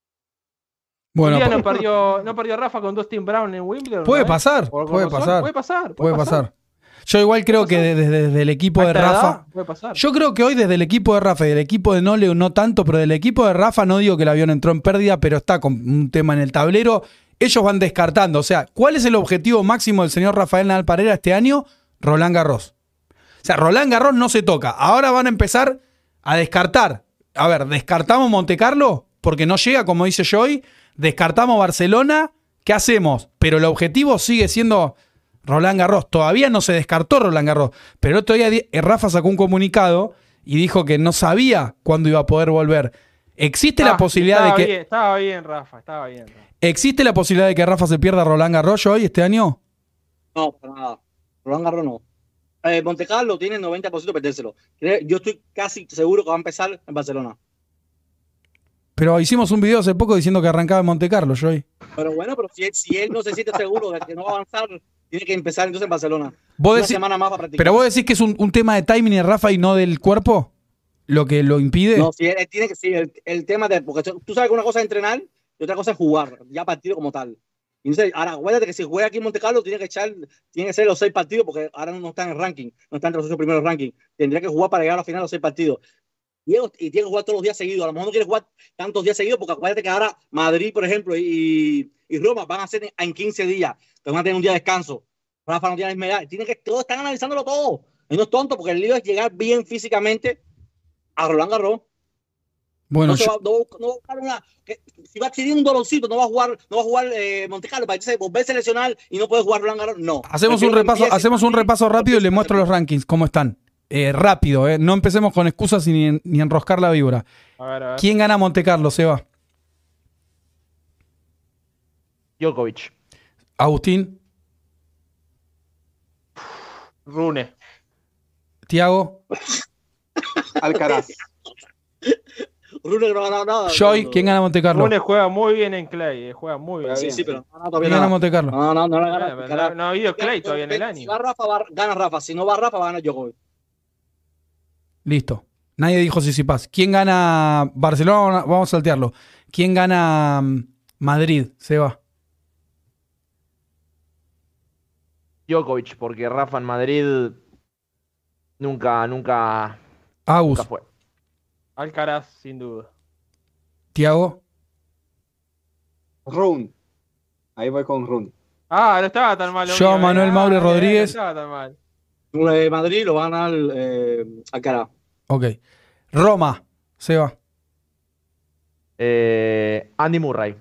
Bueno, Un día pa- no perdió, no perdió Rafa con Dustin Brown en Wimbledon. puede ¿no? pasar, O con puede Rosol, pasar, Puede pasar. puede pasar. Yo igual creo que pasar. desde, desde el equipo A de esta edad, Rafa, Puede pasar. yo creo que hoy desde el equipo de Rafa y del equipo de Nole no tanto, pero del equipo de Rafa no digo que el avión entró en pérdida, pero está con un tema en el tablero. Ellos van descartando. O sea, ¿cuál es el objetivo máximo del señor Rafael Nadal Parera este año? Roland Garros. O sea, Roland Garros no se toca. Ahora van a empezar a descartar. A ver, ¿descartamos Monte Carlo? Porque no llega, como dice Joy. ¿Descartamos Barcelona? ¿Qué hacemos? Pero el objetivo sigue siendo Roland Garros. Todavía no se descartó Roland Garros. Pero el otro día di- Rafa sacó un comunicado y dijo que no sabía cuándo iba a poder volver. ¿Existe la Ah, posibilidad de estaba que... bien, estaba bien, Rafa. Estaba bien. Rafa. ¿Existe la posibilidad de que Rafa se pierda Roland Garros hoy este año? No, para nada. Roland Garros no. Eh, Monte Carlo tiene el noventa por ciento de perdérselo. Cre- Yo estoy casi seguro que va a empezar en Barcelona. Pero hicimos un video hace poco diciendo que arrancaba en Monte Carlo, Joy. Pero bueno, pero si él, si él no se siente seguro de que no va a avanzar, tiene que empezar entonces en Barcelona. Vos Una decís- semana más para practicar. pero vos decís que es un, un tema de timing de Rafa y no del cuerpo, lo que lo impide. No, si él, él tiene que sí, el, el tema de. Porque tú sabes que una cosa es entrenar y otra cosa es jugar, ya partido como tal. Y entonces, ahora, acuérdate que si juega aquí en Monte Carlo, tiene que echar, tiene que ser los seis partidos, porque ahora no está en el ranking, no está entre los ocho primeros rankings. Tendría que jugar para llegar a la final los seis partidos. Diego, y tiene que jugar todos los días seguidos. A lo mejor no quiere jugar tantos días seguidos, porque acuérdate que ahora Madrid, por ejemplo, y, y Roma van a ser en quince días, que van a tener un día de descanso. Rafa no tiene la misma edad. Tiene que, todos están analizándolo todo. Y no es tonto, porque el lío es llegar bien físicamente a Roland Garros. Bueno, No, se yo- va, no, no va a buscar una. Que, si va a adquirir un dolorcito, no va a jugar, no va a jugar eh, Monte Carlo para entonces volverse a lesionar y no puede jugar Roland Garros. No. hacemos un Prefiero que repaso, empiece hacemos un Madrid, repaso rápido y le empiece muestro los rankings, cómo están. Eh, rápido, eh. No empecemos con excusas ni, en- ni enroscar la víbora. A ver, a ver. ¿Quién gana Monte Carlo, Seba? Djokovic. Agustín, Rune. Tiago, Alcaraz. Rune que no ha ganado nada. Joy, No, ¿quién gana Monte Carlo? Rune juega muy bien en Clay, eh, juega muy bien. Juega Sí, bien, sí, sí. pero no ha ganado ¿Quién todavía gana nada. Monte Carlo? No, no, no la Eh, gana. pero Cara- no, no ha habido Clay todavía en el Si año. va Rafa, va- gana Rafa. Si no va Rafa, va a ganar Djokovic. Listo. Nadie dijo Tsitsipas. ¿Quién gana Barcelona? Vamos a saltearlo. ¿Quién gana mm, Madrid, Seba? Djokovic, porque Rafa en Madrid nunca, nunca, Agus, nunca fue. Alcaraz, sin duda. Tiago, Rune. Ahí voy con Rune. Ah, no estaba tan mal. lo Yo, mío, eh. Manuel Ah, Maure bien, Rodríguez. No estaba tan mal. Eh, Madrid lo va a ganar eh, Alcaraz. ok. Roma, Seba. Eh, Andy Murray.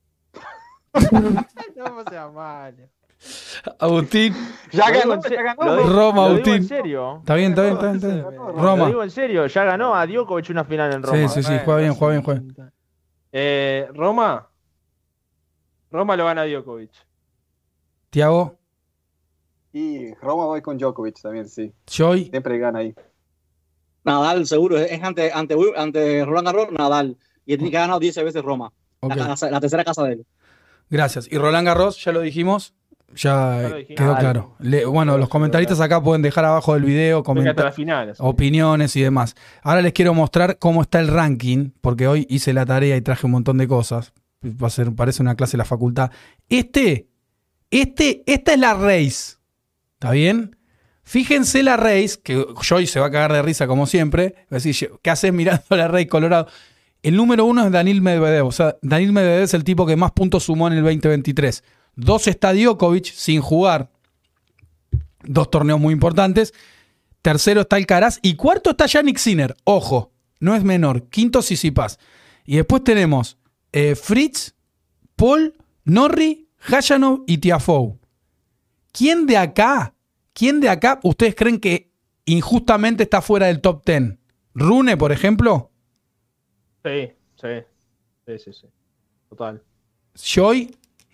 No sea malo. Agustín. Ya Lo digo ganó, en se- ya ganó. lo digo- Roma, lo digo Agustín. en serio. Está bien, está bien, está bien. Está bien. Lo Roma. digo en serio, ya ganó a Djokovic una final en Roma. Sí, sí, sí, juega bien, juega bien, juega bien. Eh, Roma. Roma lo gana Djokovic. Tiago, Y Roma voy con Djokovic también, sí. Joy, Siempre gana ahí. Nadal, seguro. Es ante, ante, ante Roland Garros, Nadal. Y tiene que ha ganado diez veces Roma. ok. La, casa- la tercera casa de él. Gracias. Y Roland Garros, ya lo dijimos. Ya, Ya lo eh, dijimos. quedó Nadal. claro. Le- bueno, los comentaristas acá pueden dejar abajo del video Llega hasta comentar la final. así. opiniones y demás. Ahora les quiero mostrar cómo está el ranking, porque hoy hice la tarea y traje un montón de cosas. Va a ser, parece una clase de la facultad. Este, este, esta es la race. ¿Está bien? Fíjense la race, que Joy se va a cagar de risa como siempre. Va a decir, ¿qué haces mirando la race Colorado? El número uno es Daniil Medvedev. O sea, Daniil Medvedev es el tipo que más puntos sumó en el veinte veintitrés. Dos está Djokovic sin jugar. Dos torneos muy importantes. Tercero está Alcaraz. Y cuarto está Yannick Sinner. Ojo, no es menor. Quinto Tsitsipas. Y después tenemos eh, Fritz, Paul, Norrie, Hajanov y Tiafoe. ¿Quién de acá, quién de acá ustedes creen que injustamente está fuera del top diez? ¿Rune, por ejemplo? Sí, sí. Sí, sí, sí. Total. ¿Joy?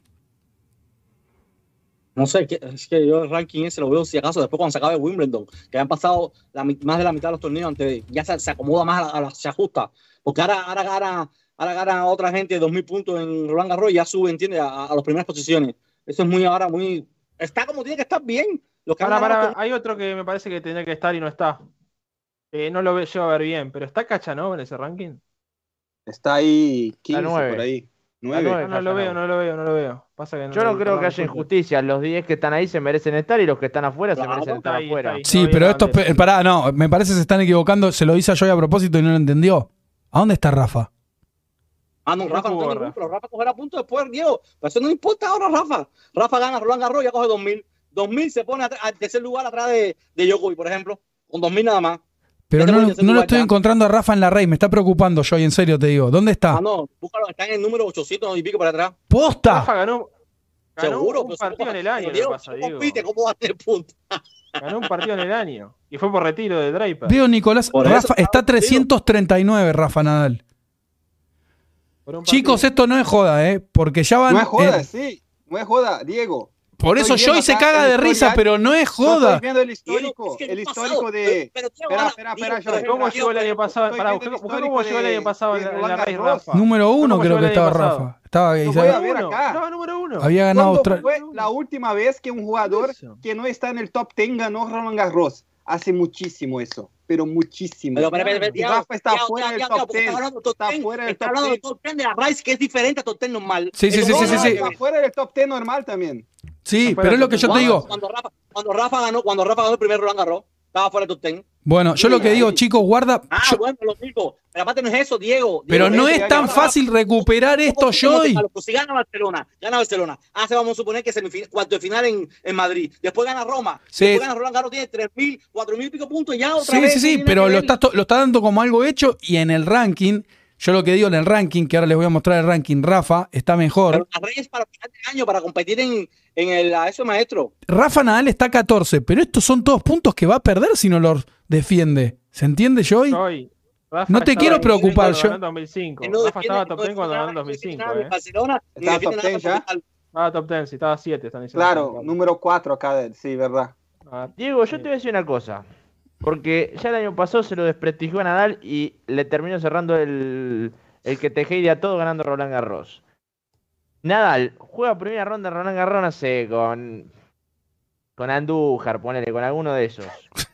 No sé, que- es que yo el ranking ese lo veo si acaso después cuando se acabe Wimbledon, que han pasado la, mi- más de la mitad de los torneos, antes, ya se, se acomoda más, a la, a la- se ajusta. Porque ahora, ahora, gana, ahora gana otra gente dos mil puntos en Roland Garros y ya sube, ¿entiendes? A, a las primeras posiciones. Eso es muy ahora, muy... Está como tiene que estar bien. Los que han Para, ganado para, torneos- hay otro que me parece que tenía que estar y no está. Eh, no lo ve- llevo a ver bien, pero ¿está Kachanov en ese ranking? Está ahí quince nueve. por ahí. nueve. nueve. No, no lo veo, no lo veo, no lo veo. Pasa que no Yo no lo- creo no que lo haya encuentro. injusticia. Los diez que están ahí se merecen estar y los que están afuera se Claro, merecen está estar ahí, afuera. está ahí. Sí, No pero había estos... bandera. pe- Pará, no, me parece que se están equivocando. Se lo hice a Joy a propósito y no lo entendió. ¿A dónde está Rafa? Ah, no, No Rafa no jugó, está ningún, Rafa. pero Rafa cogerá puntos después, Diego. Pero eso no importa ahora, Rafa. Rafa gana Roland Garros y ya coge dos mil. dos mil se pone atr- al tercer lugar atrás de, de Djokovic, por ejemplo. Con dos mil nada más. Pero Ya te no, voy a hacer no tu lo estoy vuelta. encontrando a Rafa en la race. Me está preocupando, Joy, en serio te digo. ¿Dónde está? Ah, no, búscalo, está en el número ochocientos y pico para atrás. ¡Posta! Rafa ganó, ganó Seguro. un pero partido en el pero año, Diego, me pasa, si no Diego. compite, ¿cómo va a tener puntos? Ganó un partido en el año. Y fue por retiro de Draper. Veo, Nicolás. Por eso, Rafa, está claro, digo. trescientos treinta y nueve, Rafa Nadal. Por un Chicos, partido. esto no es joda, ¿eh? Porque ya van. No es joda, eh, sí. No es joda, Diego. por eso estoy viendo Joy se acá caga el de risa, historial. pero no es Yo joda. estoy viendo el Diego, histórico, es que el no ha histórico pasado. de... Pero, Diego, Espera, ahora, espera, Diego, espera, por Joy. ejemplo, ¿Cómo llegó el año pasado? Estoy Pará, viendo el ¿cómo, histórico cómo llegó el de- año pasado de en, en la Roland raíz, Garros. Rafa? Número uno ¿Cómo creo llegó que el año estaba pasado? Rafa. Estaba Lo se voy había- a ver Uno. acá. No, número uno. había ganado ¿Cuándo Australia. fue la última vez que un jugador Eso. que no está en el top diez ganó Roland Garros? Hace muchísimo eso. pero muchísimo. Pero, pero, pero, pero, Y Thiago, Rafa está Thiago, fuera del Thiago, top porque diez. Está hablando del top Está diez, fuera del está top hablando del diez. top diez de la Rice, que es diferente al top diez normal. Sí, sí, Eso sí, no sí, es sí, nada sí. que ver. Está fuera del top diez normal también. Sí, Está fuera pero es del lo top que yo te Cuando, digo. cuando Rafa, cuando Rafa ganó, cuando Rafa ganó el primer Roland Garros, estaba fuera del top diez. Bueno, yo lo que digo, chicos, guarda. Ah, yo- bueno, lo mismo. Pero aparte no es eso, Diego. pero Diego, no es es que tan Rafa- fácil recuperar esto, Joy. Pues si gana Barcelona, gana Barcelona. Ah, se vamos a suponer que semifinal, cuarto de final en, en Madrid. Después gana Roma. Sí. Después gana Roland Garros, tiene tres mil, cuatro mil y pico puntos. Y ya otra Sí, vez. sí, no sí, tiene pero que lo ver. está, to- lo está dando como algo hecho y en el ranking, yo lo que digo en el ranking, que ahora les voy a mostrar el ranking, Rafa está mejor. Pero la Reyes para final de año, para competir en, en el, a eso, maestro. Rafa Nadal está catorce, pero estos son todos puntos que va a perder si no los defiende. ¿Se entiende, Joy? Joy, Rafa No te estaba quiero top preocupar, diez yo- cuando ganó en dos mil cinco. Que no Rafa defiende- estaba top no diez cuando ganó en defiende dos mil nada cinco. de Eh. Barcelona, ni Estaba defiende top nada diez de ya. Portugal. Estaba top diez, sí, estaba siete. Están diciendo. Claro, número cuatro acá, sí, verdad. Ah, Diego, yo te voy a decir una cosa. Porque ya el año pasado se lo desprestigió a Nadal y le terminó cerrando el, el que te hate a todo ganando Roland Garros. Nadal juega primera ronda de Roland Garros, no sé, con, con Andújar, ponele, con alguno de esos.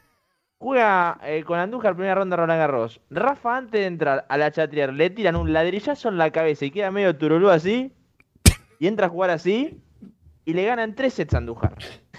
Juega eh, con Andújar primera ronda de Roland Garros. Rafa, antes de entrar a la chatrier, le tiran un ladrillazo en la cabeza y queda medio turulú así. Y entra a jugar así. Y le ganan tres sets a Andújar.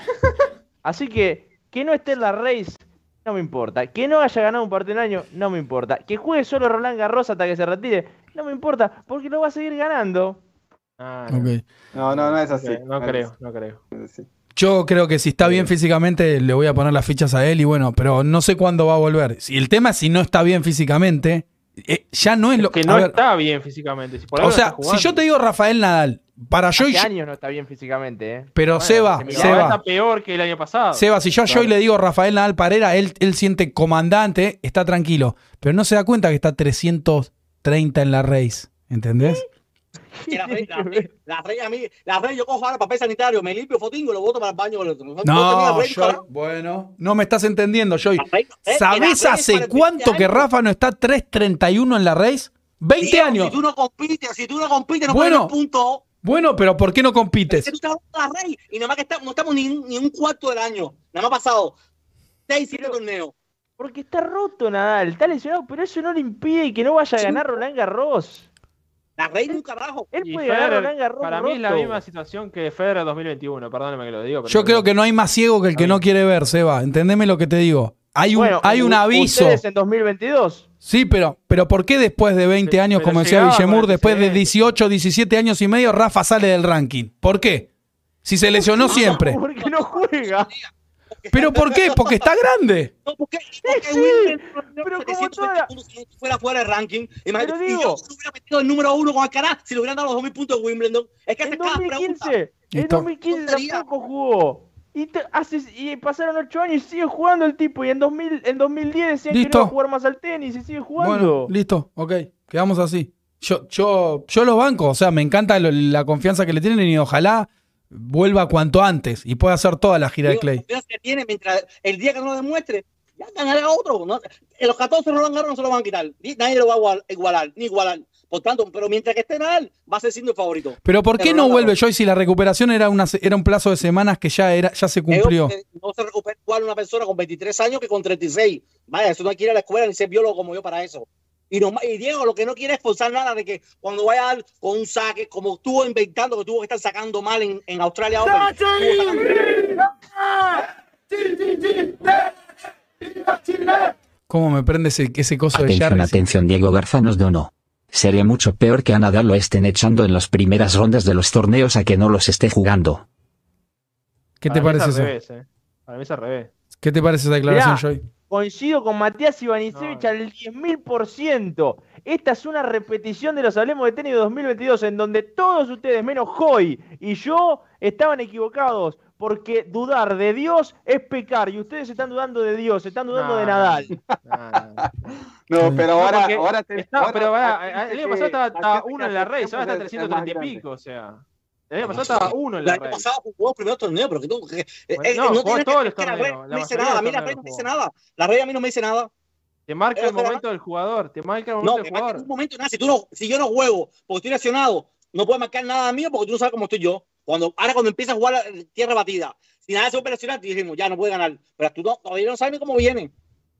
Así que, que no esté en la race, no me importa. Que no haya ganado un partido en el año, no me importa. Que juegue solo Roland Garros hasta que se retire, no me importa, porque lo va a seguir ganando. ah, no. Ok. No, no, no es así. Ok, No creo, no creo. No es así. Yo creo que si está bien físicamente le voy a poner las fichas a él y bueno, pero no sé cuándo va a volver. Si el tema es si no está bien físicamente, eh, ya no es lo Que a no ver, está bien físicamente. Si por o algo sea, está jugando. si yo te digo Rafael Nadal, para yo y Hace yo- años no está bien físicamente, ¿eh? pero Bueno, Seba, se miraba, Seba, está peor que el año pasado. Seba, si yo a Joy Claro. le digo Rafael Nadal Parera, él, él siente comandante, está tranquilo, pero no se da cuenta que está trescientos treinta en la race, ¿entendés? Que la Rey, la Rey, la Rey a mí, la Rey, yo cojo ahora papel sanitario, me limpio fotingo y lo boto para el baño. No, tenía No, Rey, Joy, carajo. bueno, no me estás entendiendo, Joy. La Rey, eh, ¿Sabés que la Rey hace para el cuánto veinte que años. Rafa no está tres treinta y uno en la race? veinte Diego, años. Si tú no compites, si tú no compites, no Bueno, pones un punto. Bueno, pero ¿por qué no Es que compites? tú estás hablando de la Rey y nada más que está- no estamos ni, ni un cuarto del año. Nada más ha pasado seis, siete torneos. Porque está roto Nadal, está lesionado, pero eso no le impide que no vaya a ganar Roland Garros. La Rey de un carajo. Él Y puede ganar Federer, Roland Garros para roto. mí es la misma situación que Federer dos mil veintiuno, perdóneme que lo digo. Pero Yo creo que no hay más ciego que el que no quiere ver, Seba. Entendeme lo que te digo. Hay un, Bueno, hay un u- aviso. ¿Ustedes en dos mil veintidós? Sí, pero, pero ¿por qué después de veinte Pero- años, pero como decía llegaba con Villemur, después de antecedentes. dieciocho, diecisiete años y medio, Rafa sale del ranking? ¿Por qué? Si se lesionó siempre. Porque no juega. ¿Pero por qué? Porque está grande. No, ¿por qué? Porque Sí, Wimbledon no pero como setecientos toda- veinte puntos si fuera fuera del ranking. Imagínate, Pero y digo- yo no hubiera metido el número uno con Alcaraz si le hubieran dado los dos mil puntos de Wimbledon. Es que En hace cada pregunta. dos mil quince, en Listo. dos mil quince Tontería. tampoco jugó. Y, te- hace, y pasaron ocho años y sigue jugando el tipo. Y en, dos mil, en dos mil diez decían que Listo. no iba a jugar más al tenis y sigue jugando. Bueno, listo, ok. Quedamos así. Yo, yo, yo lo banco, o sea, me encanta lo- la confianza que le tienen y ojalá vuelva cuanto antes y pueda hacer toda la gira de Digo, la Clay. confianza que tiene mientras el día que no lo demuestre, ya ganará otro. ¿No? En los catorce Roland Garros no se lo van a quitar. Ni- Nadie lo va a igual- igualar, ni igualar. Por tanto, pero mientras que esté Nadal, va a ser siendo el favorito. Pero ¿por qué Pero no Roland vuelve Garros. Joy si la recuperación era, una, se- era un plazo de semanas que ya, era, ya se cumplió? Digo, porque no se recupera igual una persona con veintitrés años que con treinta y seis. Vaya, eso no hay que ir a la escuela ni ser biólogo como yo para eso. Y, no, y Diego lo que no quiere es forzar nada de que cuando vaya a dar con un saque, como estuvo inventando que tuvo que estar sacando mal en, en Australia Open, estuvo sacando- ¿Cómo me prende ese, ese coso de Atención, Jarry? atención, Diego Garza nos donó. Sería mucho peor que a Nadal lo estén echando en las primeras rondas de los torneos a que no los esté jugando. ¿Qué te Para mí es parece al eso? revés, eh. Para mí es al revés. ¿Qué te parece esa declaración, Mirá. Joy? Coincido con Matías Ivanisevic No. al diez mil por ciento. Esta es una repetición de los Hablemos de Tenis de dos mil veintidós, en donde todos ustedes, menos Joy y yo, estaban equivocados. Porque dudar de Dios es pecar. Y ustedes están dudando de Dios, están dudando de No, Nadal. no, no, no. No, pero No, ahora, porque ahora te, está- ahora- pero aquí pará, dice el año que- pasado estaba, aquí estaba dice que uno en la hace race, tiempo ahora está es- es trescientos más treinta y grande. pico, o sea. El año pasado estaba uno en El la año race. pasado jugó los primeros torneos, pero que tú. que- Bueno, eh, no, eh, jugó tiene todos que- los es que la torneos, Rey la no me dice mayoría de nada. A los mí la Rey torneos no me jugó. dice nada. La Rey a mí no me dice nada. Te marca Pero el que la- momento del jugador, te marca el No, momento que del marca en jugador. un momento nada. Si, tú no, si yo no juego porque estoy lesionado, no puedes marcar nada mío porque tú no sabes cómo estoy yo. Cuando, ahora cuando empieza a jugar la tierra batida, si nada se puede lesionar, te dijimos, ya no puede ganar. Pero tú no, todavía no sabes ni cómo viene.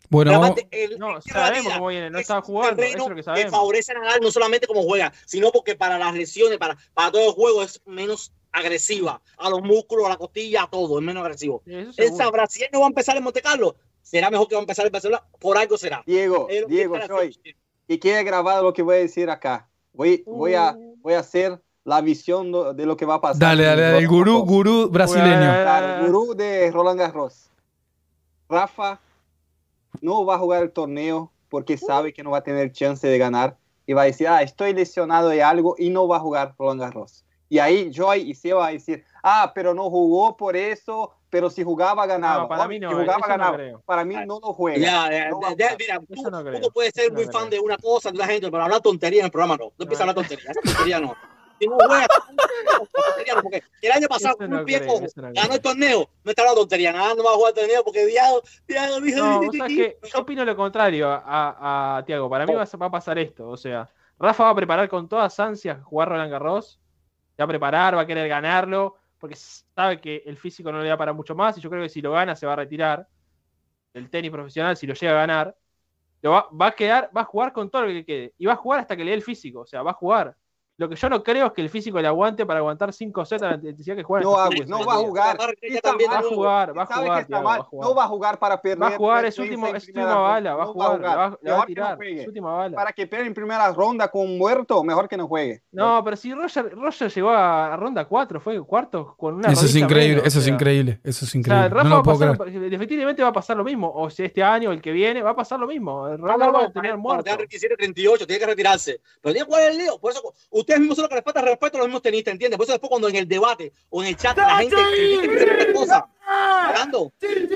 Bueno, Pero vamos- aparte, el- No, el sabemos Tierra cómo viene, no es estaba un jugando, terreno eso es lo que que sabemos. favorece a Nadal no solamente como juega, sino porque para las lesiones, para, para todo el juego es menos agresiva. A los músculos, a la costilla, a todo, es menos agresivo. Sí, eso Él seguro. sabrá, si él no va a empezar en Monte Carlo, será mejor que va a empezar en Barcelona, por algo será. Diego, Él- Diego, él- Joy, y quede grabado lo que voy a decir acá. Voy, voy, a, voy a hacer la visión do- de lo que va a pasar. dale, en dale, dale, el Roland gurú, Garros. gurú brasileño. Claro, el gurú de Roland Garros. Rafa no va a jugar el torneo porque sabe que no va a tener chance de ganar y va a decir, ah, estoy lesionado de algo y no va a jugar Roland Garros. Y ahí Joy y Seba va a decir, ah, pero no jugó por eso, pero si jugaba ganaba. No, para Obvio, mí no, si jugaba eso no ganaba. creo. Para mí no lo juega. Ya, ya, No va a ya, jugar. mira, tú, Eso no tú creo, no puedes ser eso no muy creo. fan de una cosa, de una gente, pero hablar tonterías en el programa no. No empieza a hablar tonterías. Esa tontería no. Si no juega, tontería no, porque el año pasado, Eso un no pie creo, cojo, eso no ganó creo. el torneo, no está hablando tontería, nada, no va a jugar el torneo porque Diago, Diago dijo. No, vos sabés que yo opino lo contrario a, a, a Tiago. Para mí va a, va a pasar esto. O sea, Rafa va a preparar con todas ansias jugar Roland Garros. Va a preparar, va a querer ganarlo. Porque sabe que el físico no le da para mucho más. Y yo creo que si lo gana se va a retirar del tenis profesional. Si lo llega a ganar, lo va, va a quedar, va a jugar con todo lo que le quede. Y va a jugar hasta que le dé el físico. O sea, va a jugar. Lo que yo no creo es que el físico le aguante para aguantar cinco sets a la intensidad que juega. en No, estos va- tenis no hoy en va a día. jugar. Va a Sí repetir está también mal. Va a jugar, va a Sí sabe que jugar, está Thiago, mal. va a jugar. No va a jugar para perder. Va a jugar, es su tres, último, seis es su primeras última rondas. bala, va a No jugar, le va, le va a Mejor que no tirar, juegue. es su última bala. Para que pierda en primera ronda con un muerto, mejor que no juegue. No, pero si Roger, Roger llegó a ronda cuatro, fue cuarto con una Eso es rodilla increíble, menos, eso o es sea. increíble, eso es O sea, increíble. Rafa No va lo a puedo pasar, creer. definitivamente va a pasar lo mismo. O si este año o el que viene, va a pasar lo mismo. El No, Roland no, Garros va no, a tener cuando muerto. tenga treinta y siete, treinta y ocho, tiene que retirarse. Pero tiene que jugar el lío. Por eso, ustedes mismos son los que les falta respeto a los mismos tenistas, ¿entiendes? Por eso después cuando en el debate o en el chat la gente critica ciertas cosas, hablando,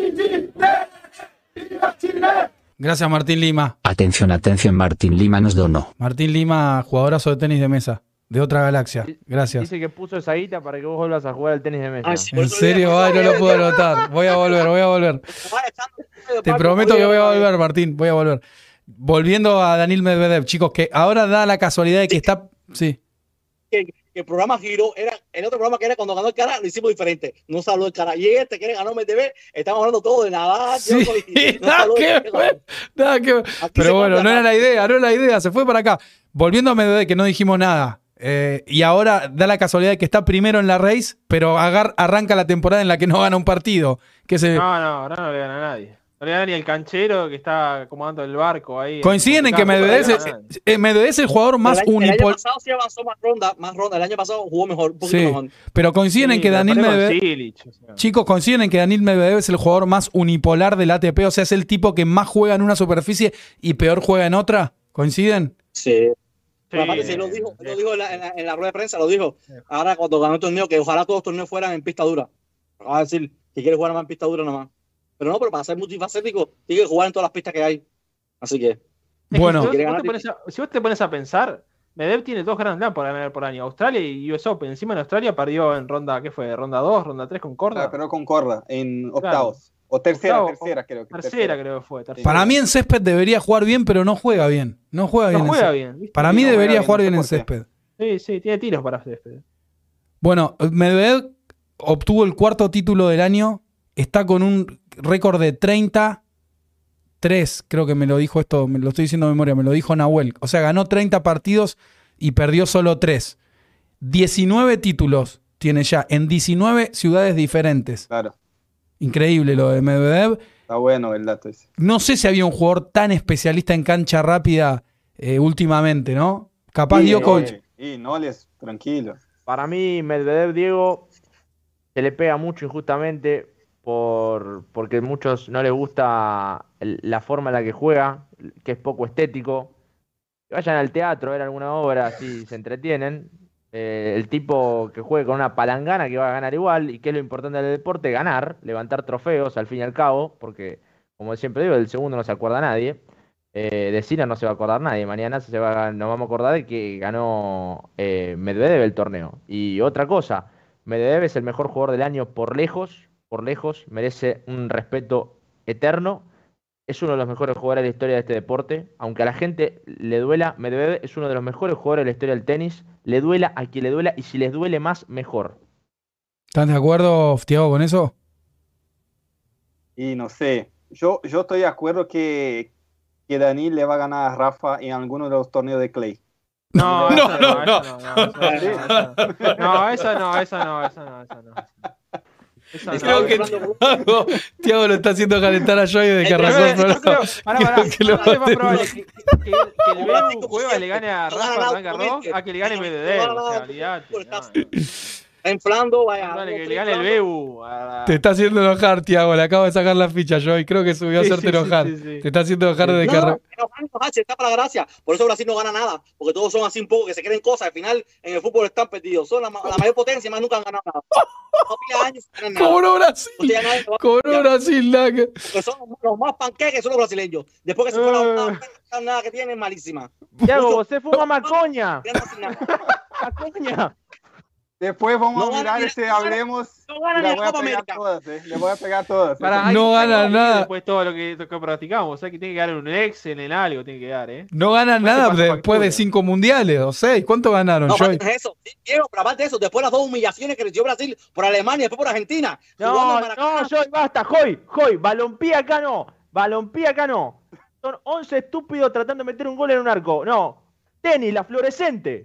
Gracias, Martín Lima. Atención, atención, Martín Lima nos donó. Martín Lima, jugadorazo de tenis de mesa, de otra galaxia. Gracias. Dice que puso esa guita para que vos vuelvas a jugar al tenis de mesa. Ah, sí. Por En eso serio, digo, ay, no lo eh, puedo eh, anotar. Voy a volver, voy a volver. vaya echando- Te prometo que voy a volver, Martín, voy a volver. Volviendo a Daniil Medvedev, chicos, que ahora da la casualidad de que está... Sí. que, que el programa giró, era el otro programa que era cuando ganó el cara, lo hicimos diferente. No se habló del cara. Y este que ganó Medvedev, estamos hablando todo de nada. Sí, nada que ver, nada que ver. Pero bueno, no era la idea, no era la idea, se fue para acá. Volviendo a Medvedev, que no dijimos nada. Eh, y ahora da la casualidad de que está primero en la race, pero agar- arranca la temporada en la que no gana un partido. Que se... No, no, ahora no le gana a nadie. No le gana ni el canchero que está acomodando el barco ahí. Coinciden en que Medvedev es, eh, Medvedev es el jugador más el, año- el año unipolar. pasado sí avanzó más ronda, más ronda. El año pasado jugó mejor, un poquito Sí, mejor. pero coinciden en que Daniil Medvedev... Chicos, coinciden en que Daniil Medvedev es el jugador más unipolar del A T P, o sea, es el tipo que más juega en una superficie y peor juega en otra. ¿Coinciden? Sí. Sí, Pero aparte, sí, lo dijo, lo dijo en, la, en, la, en la rueda de prensa, lo dijo. Ahora cuando ganó el torneo, que ojalá todos los torneos fueran en pista dura. Acaba de decir que quiere jugar más en pista dura nomás. Pero no, pero para ser multifacético, tiene que jugar en todas las pistas que hay. Así que... Bueno. Si vos, te pones a, si vos te pones a pensar, Medvedev tiene dos Grand Slam por ganar por año. Australia y U S Open. Encima en Australia perdió en ronda, ¿qué fue? ¿Ronda dos? ¿Ronda tres con Corda? Ah, pero con Corda, en octavos. Claro. O tercera, Octavo, tercera creo que. Tercera creo que fue. Tercera. Para mí en césped debería jugar bien, pero no juega bien. No juega bien. No en juega césped. bien. ¿viste? Para mí no debería juega jugar bien, bien no en sé por qué. césped. Sí, sí, tiene tiros para césped. Bueno, Medvedev obtuvo el cuarto título del año. Está con un récord de treinta tres, creo que me lo dijo esto, me lo estoy diciendo de memoria, me lo dijo Nahuel. O sea, ganó treinta partidos y perdió solo tres. diecinueve títulos tiene ya en diecinueve ciudades diferentes. Claro, Increíble lo de Medvedev. está bueno el dato ese. No sé si había un jugador tan especialista en cancha rápida eh, últimamente, ¿no? Capaz Y, Djokovic. Y no les, tranquilo. Para mí, Medvedev, Diego, se le pega mucho injustamente por, porque a muchos no les gusta el- la forma en la que juega, que es poco estético. Que vayan al teatro a ver alguna obra, así se entretienen. Eh, el tipo que juegue con una palangana que va a ganar igual, y que es lo importante del deporte, ganar, levantar trofeos al fin y al cabo, porque, como siempre digo, del segundo no se acuerda nadie. Eh, de Sinner no se va a acordar nadie. Mañana se va, nos vamos a acordar de que ganó eh, Medvedev el torneo. Y otra cosa, Medvedev es el mejor jugador del año por lejos, por lejos, merece un respeto eterno. Es uno de los mejores jugadores de la historia de este deporte. Aunque a la gente le duela, Medvedev es uno de los mejores jugadores de la historia del tenis. Le duela a quien le duela, y si les duele más, mejor. ¿Estás de acuerdo, Thiago, con eso? Y no sé, yo, yo estoy de acuerdo que, que Dani le va a ganar a Rafa en alguno de los torneos de Clay. No, No, esa no, no. No, esa no, esa no, esa no, esa no. Esa no. Creo que Tiago, Tiago lo está haciendo calentar a Joy de que Yo arrancó creo- el yo creo- programa. pará, pará. Creo que lo ¿Cuál es más va a probable? tener. ¿Que, que, que el Bebu Cueva le gane a Rafa Roland Garros a que le gane Medvedev? O sea, olvidate. No, no. Está inflando, vaya. Dale, que le gane el Bebu. a- Te está haciendo enojar, Tiago. Le acabo de sacar la ficha, Joy. Creo que subió a Sí, hacerte sí, sí, enojar. sí, sí. Te está haciendo enojar de No, que no, arran- enojar, enojar, se está para la gracia. Por eso Brasil no gana nada. Porque todos son así un poco que se creen cosas. Al final, en el fútbol están perdidos. Son la, ma- la mayor potencia, más nunca han ganado nada. No pila años sin ganar nada. Cobró No Brasil. tiene nada que- Cobró Brasil, Naga. que son los más panqueques, son los brasileños. Después que se fue la octava, la nada que tienen, malísima. Tiago, você fuma maconha. Quedan sin nada. Maconha. Después vamos No a gana mirar ni- este no gana- Hablemos no y gana ni le la voy a Copa pegar América. todas, eh. Le voy a pegar todas. eh. Pará, No hay que gana saber nada. Después todo lo que, lo que practicamos. O sea, que tiene que dar en un Excel, en algo, tiene que dar, ¿eh? No ganan Después te nada paso después factura. de cinco mundiales o seis. ¿Cuánto ganaron, No, Joy? aparte de eso, sí, Diego, pero aparte de eso, después las dos humillaciones que recibió Brasil por Alemania y después por Argentina. jugando No, en Maracaná. no, Joy, basta, Joy, Joy, balompié acá no, balompié acá no. Son once estúpidos tratando de meter un gol en un arco. No, tenis, la fluorescente.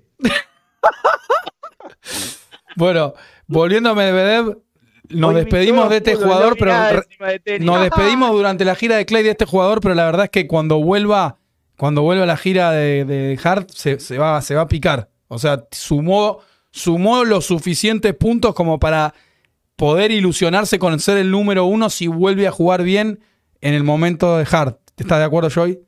Bueno, volviendo a Medvedev, nos Hoy despedimos mi de este culo, no jugador, vi pero nada re- encima de tenis. nos despedimos durante la gira de Clay de este jugador, pero la verdad es que cuando vuelva, cuando vuelva la gira de, de Hart, se, se va, se va a picar. O sea, sumó, sumó los suficientes puntos como para poder ilusionarse con ser el número uno si vuelve a jugar bien en el momento de Hart. ¿Estás de acuerdo, Joy?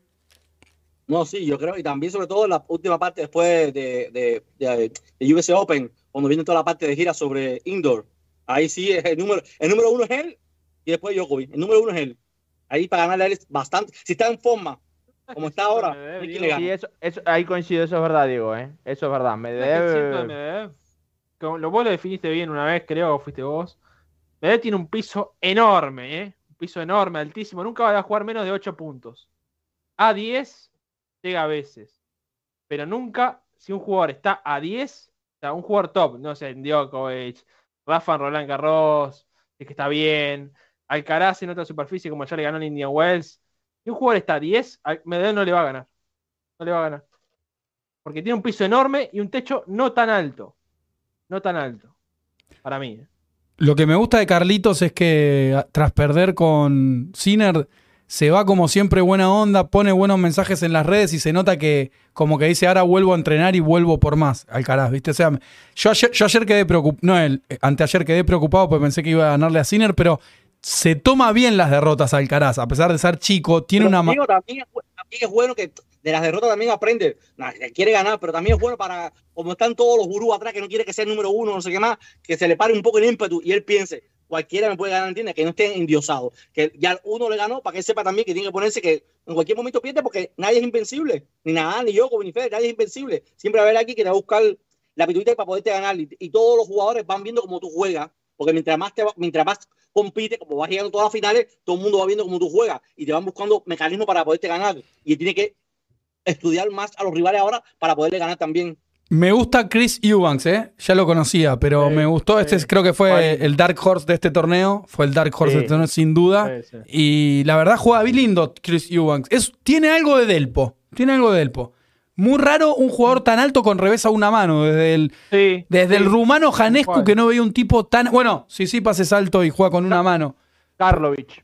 No, sí, yo creo, y también sobre todo en la última parte después de, de, de, de U S Open, cuando viene toda la parte de gira sobre indoor, ahí sí es el número, el número uno es él y después Djokovic, el número uno es él. Ahí para ganarle a él es bastante, si está en forma, como está ahora, no hay quien le gane. Sí, eso, eso, ahí coincido, eso es verdad, Diego, ¿eh? Eso es verdad. ¿Sabes qué siento de Medvedev, Medvedev? Como lo, vos lo definiste bien una vez, creo, o fuiste vos. Medvedev tiene un piso enorme, ¿eh? Un piso enorme, altísimo. Nunca va a jugar menos de ocho puntos. A diez llega a veces. Pero nunca, si un jugador está a diez, o sea, un jugador top, no sé, Djokovic, Rafa en Roland Garros, es que está bien, Alcaraz en otra superficie, como ya le ganó en Indian Wells. Si un jugador está a diez, a Medvedev no le va a ganar. No le va a ganar. Porque tiene un piso enorme y un techo no tan alto. No tan alto. Para mí. ¿eh? Lo que me gusta de Carlitos es que a- tras perder con Sinner se va como siempre buena onda, pone buenos mensajes en las redes y se nota que como que dice ahora vuelvo a entrenar y vuelvo por más, Alcaraz, ¿viste? O sea, yo ayer, yo ayer quedé preocupado, no, el, anteayer quedé preocupado porque pensé que iba a ganarle a Sinner, pero se toma bien las derrotas Alcaraz, a pesar de ser chico, tiene Pero una... ma- digo, también, es bu- también es bueno que de las derrotas también aprende. Nah, quiere ganar, pero también es bueno para, como están todos los gurús atrás, que no quiere que sea el número uno, no sé qué más, que se le pare un poco el ímpetu y él piense, cualquiera me puede ganar, ¿entiendes? Que no esté endiosado. Que ya uno le ganó para que él sepa también que tiene que ponerse que en cualquier momento pierde porque nadie es invencible. Ni nada, ni yo, ni Fede, nadie es invencible. Siempre va a haber aquí que te va a buscar la pituita para poderte ganar. Y, y todos los jugadores van viendo cómo tú juegas. Porque mientras más, te va, mientras más compite, como vas llegando a todas las finales, todo el mundo va viendo cómo tú juegas y te van buscando mecanismos para poderte ganar. Y tiene que estudiar más a los rivales ahora para poderle ganar también. Me gusta Chris Eubanks, ¿eh? Ya lo conocía, pero Sí, me gustó. Este sí. creo que fue Vale. el Dark Horse de este torneo. Fue el Dark Horse Sí. de este torneo, sin duda. Sí, sí. Y la verdad juega bien lindo Chris Eubanks. Es, tiene algo de Delpo. Tiene algo de Delpo. Muy raro un jugador tan alto con revés a una mano. Desde el, Sí, desde sí. el rumano Janescu cual. que no veía un tipo tan... Bueno, sí, sí, pase salto y juega con una mano. Karlovic.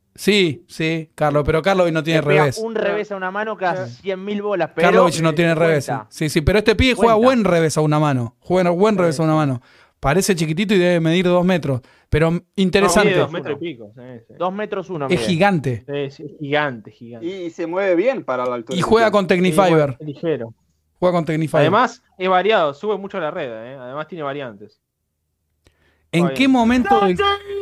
Sí, sí, Carlos. Pero Carlos no tiene Le pega revés. un revés a una mano que hace cien mil bolas, pero Karlovich no tiene cuenta. revés. Sí, sí, pero este pibe juega Cuenta. buen revés a una mano. Juega buen revés a una mano. Parece chiquitito y debe medir dos metros. Pero No, interesante. mide dos metros y pico. Sí, sí. Dos metros uno. Es mide. gigante. Sí, sí, gigante, gigante. Y, y se mueve bien para la altura. Y que juega tiene. con Technifiber. Es ligero. Juega con Technifiber. Además, es variado, sube mucho la red, ¿eh? Además tiene variantes. ¿En juega qué bien. momento del-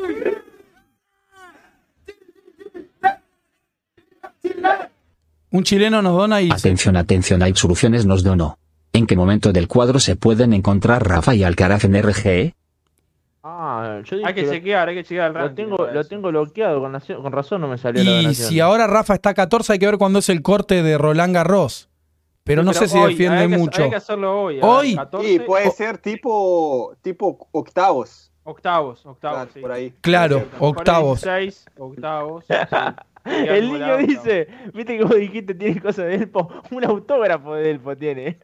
un chileno nos dona y... Atención, atención, hay soluciones nos donó. ¿En qué momento del cuadro se pueden encontrar Rafa y Alcaraz en R G E? Ah, yo dije Hay que lo- chequear, hay que chequear el Lo ranking. tengo, para lo eso. tengo bloqueado, con, nación- con razón no me salió la Y donación. si ahora Rafa está a catorce, hay que ver cuándo es el corte de Roland Garros. Pero Sí, no sé si hoy, defiende hay que- mucho. Hay que hacerlo hoy. a ver, ¿Hoy? catorce. Y puede ser tipo, tipo octavos. Octavos, octavos, Claro, sí. por ahí. Claro, Cierto. octavos. Seis, octavos. Sí. El niño Octavos. dice, viste como dijiste, tiene cosas de Elpo, un autógrafo de Elpo tiene.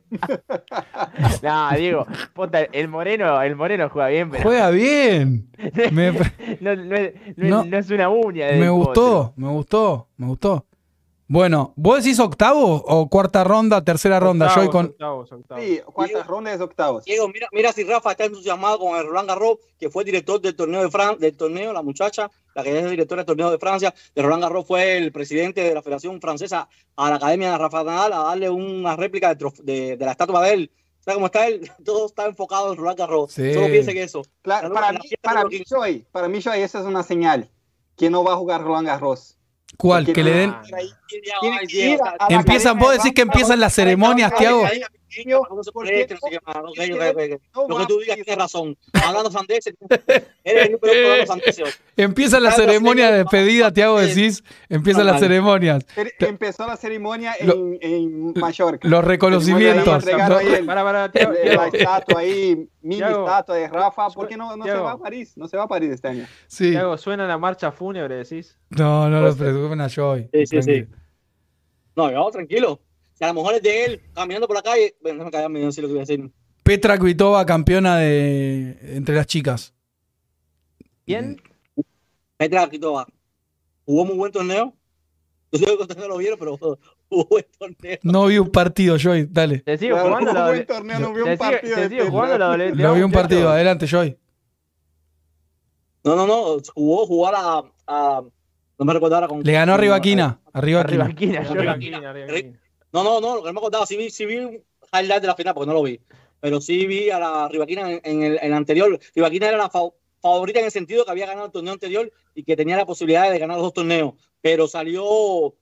No, Diego, posta, el Moreno, el Moreno juega bien, pero Juega bien. Me, no, no es, no es- No. no es una uña del me potro. gustó, me gustó, me gustó. Bueno, ¿vos decís octavo o cuarta ronda, tercera ronda? Yo Octavos, y con. octavos, octavos. Sí, cuarta ronda es octavos. Diego, mira, mira si Rafa está entusiasmado con el Roland Garros, que fue director del torneo de Fran del torneo, la muchacha, la que es directora del torneo de Francia, de Roland Garros fue el presidente de la Federación Francesa a la Academia de Rafa Nadal a darle una réplica de, trof- de, de la estatua de él. ¿Sabes cómo está él? Todo está enfocado en Roland Garros. Sí. Solo piense que eso. Claro, La- para la mí, fiesta para de mí, los- Joy, para mí, Joy, esa es una señal que no va a jugar Roland Garros. ¿Cuál? Porque Que le den. Ah, Ahí, Diego, Tiene ay, que Diego, ir a- está- a la Empiezan, academia vos de decís que Rafa, empiezan las ceremonias, Ay, Tiago. ay, ay, no se preste, no sé qué más. Ok, ok, ok. no Lo va que tú a- digas tienes razón. Hablando sandeces, eres el número uno hablando sandeces. Empiezan las Algo ceremonias de así, despedida, vamos, Tiago, vamos, decís. Empiezan las vale. ceremonias. Pero Empezó la ceremonia Lo- en, en Mallorca. Los reconocimientos. Regalo ahí el- Para, para, Tiago, la Tiago, estatua ahí, mini Tiago, estatua de Rafa. ¿Por qué no, no se Tiago. va a París? No se va a París este año. Sí. Tiago, suena la marcha fúnebre, decís. No, no lo preocupen a Joy. Sí, sí, Tranquilo. sí. No, yo, tranquilo. Si a lo mejor es de él caminando por la calle, bueno, no me callarme, no sé lo que voy a decir. Petra Kvitova, campeona de entre las chicas. ¿Quién? Petra Kvitova jugó muy buen torneo. Yo sé que ustedes no lo vieron, pero jugó buen torneo. No vi un partido, Joy. Dale. ¿Te sigue Claro, jugando no la buen doble- torneo, no vio ¿Te un sigue- partido te de sigue Petra. jugando la doble- Lo vi un muchacho? partido. Adelante, Joy. No, no, no. Jugó, jugó a la. a- no me recuerdo ahora con. Le ganó a Rivaquina. A Rivaquina. Rivaquina, Arriba, yo- arriba. Rivaquina, Rivaquina. No, no, no. Lo que no me acordaba, sí vi, sí vi un highlight de la final, porque no lo vi. Pero sí vi a la Rivaquina en, en el, en el anterior. Rivaquina era la fa- favorita en el sentido que había ganado el torneo anterior y que tenía la posibilidad de ganar los dos torneos. Pero salió.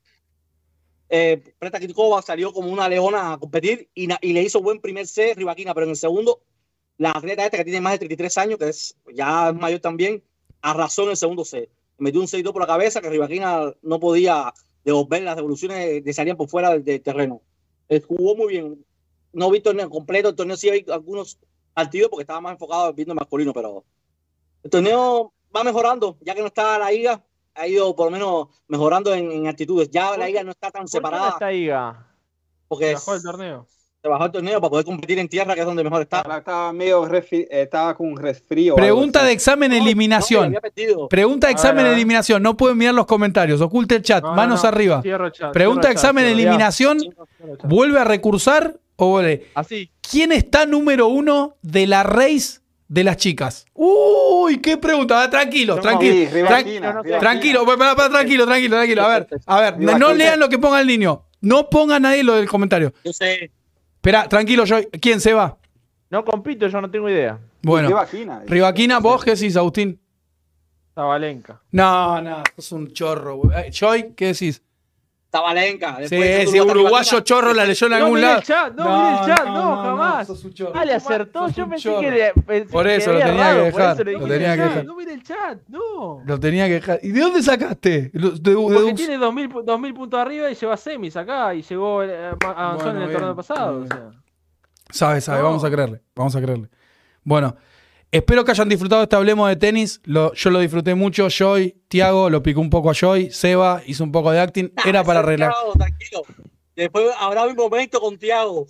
Eh, Petra Kvitova salió como una leona a competir y, na- y le hizo buen primer set Rivaquina, pero en el segundo, la atleta esta que tiene más de treinta y tres años, que es ya es mayor también, arrasó en el segundo set. Metió un seis dos por la cabeza que Rivaquina no podía devolver, las devoluciones le salían por fuera del, del terreno. Él jugó muy bien. No vi el torneo completo, el torneo sí vi algunos partidos porque estaba más enfocado viendo el masculino, pero el torneo va mejorando, ya que no está la liga, ha ido por lo menos mejorando en, en actitudes. Ya la liga no está tan ¿Por qué no separada está Iga? porque Se bajó el es- torneo. se bajó el torneo para poder competir en tierra, que es donde mejor está. Estaba medio resfri- eh, estaba con un resfrío. o algo Pregunta así. de examen No, no, eliminación. había perdido. Pregunta de A ver, examen a ver. eliminación. No pueden mirar los comentarios. Oculte el chat. No, no, Manos no. arriba. Cierro chat, Pregunta de cierro chat, examen cierro chat. eliminación. Cierro chat. ¿Vuelve a recursar o vuelve? Así. ¿Quién está número uno de la race de las chicas? Uy, qué pregunta. Ah, tranquilo, No, tranquilo. Sí, Tran- Rivaquina, no, no sé. Rivaquina. Tranquilo, pa- pa- pa- tranquilo, tranquilo, tranquilo. A ver, a ver, no, no lean lo que ponga el niño. No ponga nadie lo del comentario. Yo sé. Espera, tranquilo, yo. ¿Quién se va? No compito, yo no tengo idea. Bueno, Rivaquina. Rivaquina, vos, ¿qué decís, Agustín? Zabalenka. No, no, es un chorro. güey. Eh, Joy, ¿qué decís? Tabalenka. Sí, Después de ese Uruguay, uruguayo Rivaquina. chorro la leyó en No algún mire lado. el chat, no, mire el chat, no, jamás. sos un chorro. Ah, le acertó. Sos Yo un pensé chorro. que le. pensé Por eso, que lo había tenía que errado, por dejar, eso le lo dije tenía el que chat. dejar. No mire el chat, no. Lo tenía que dejar. ¿Y de dónde sacaste? Lo- De, de Porque un- tiene dos mil, pu- dos mil puntos arriba y lleva semis acá y llegó eh, ma- avanzó Bueno, en el bien, torneo pasado. bien. O sea. Sabe, sabe, No. vamos a creerle. Vamos a creerle. Bueno, espero que hayan disfrutado este Hablemos de Tenis. Lo- yo lo disfruté mucho. Joy, Tiago, lo picó un poco a Joy. Seba hizo un poco de acting. Era para arreglar. Tiago, tranquilo. Después habrá un momento con Tiago.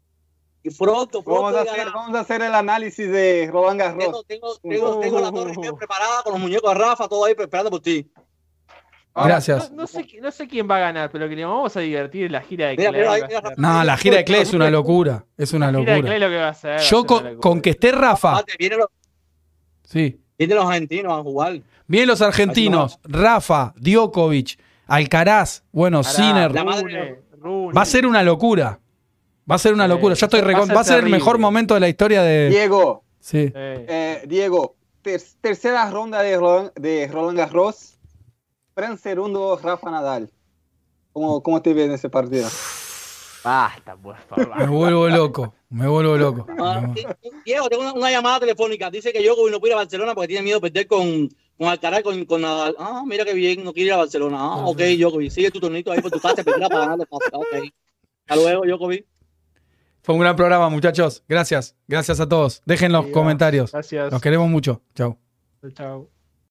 Y pronto, pronto. Vamos a, llegará. hacer, vamos a hacer el análisis de Roland Tengo, Garros. tengo, tengo, tengo la torre bien preparada con los muñecos de Rafa, todo ahí esperando por ti. Gracias. No, no sé, qui- no sé quién va a ganar, pero que le vamos a divertir en la gira de Mira, Clay. mira, ahí, va a mira, hacer. Rafa. No, la gira de Clay es una locura. Es una La gira de locura. Clay lo que va a hacer. va a Yo ser una con, locura. con que esté Rafa. Aparte, vienen los, Sí. vienen los argentinos a jugar. Bien los argentinos. Rafa, Djokovic, Alcaraz, bueno, Pará, Sinner. La madre- Rune, Rune. Va a ser una locura. Va a ser una Sí. locura. Ya estoy Va a recon- ser Va a ser el terrible. mejor momento de la historia de. Diego, Sí. Sí. eh, Diego, ter- tercera ronda de Roland, de Roland Garros. Fran segundo, Rafa Nadal. ¿Cómo, ¿Cómo te ves en ese partido? Basta, por Me favor. vuelvo loco. Me vuelvo loco. Ah, Me- sí, sí, Diego, tengo una, una llamada telefónica. Dice que Djokovic no puede ir a Barcelona porque tiene miedo de perder con, con Alcaraz, con, con Nadal. Ah, mira qué bien, no quiere ir a Barcelona. Ah, ok, Djokovic, sigue tu tornito ahí por tu casa, perderá para ganarle fácil. Ok. Hasta luego, Djokovic. Fue un gran programa, muchachos. Gracias. Gracias a todos. Dejen los Sí, comentarios. Gracias. Los queremos mucho. Chao. Chao.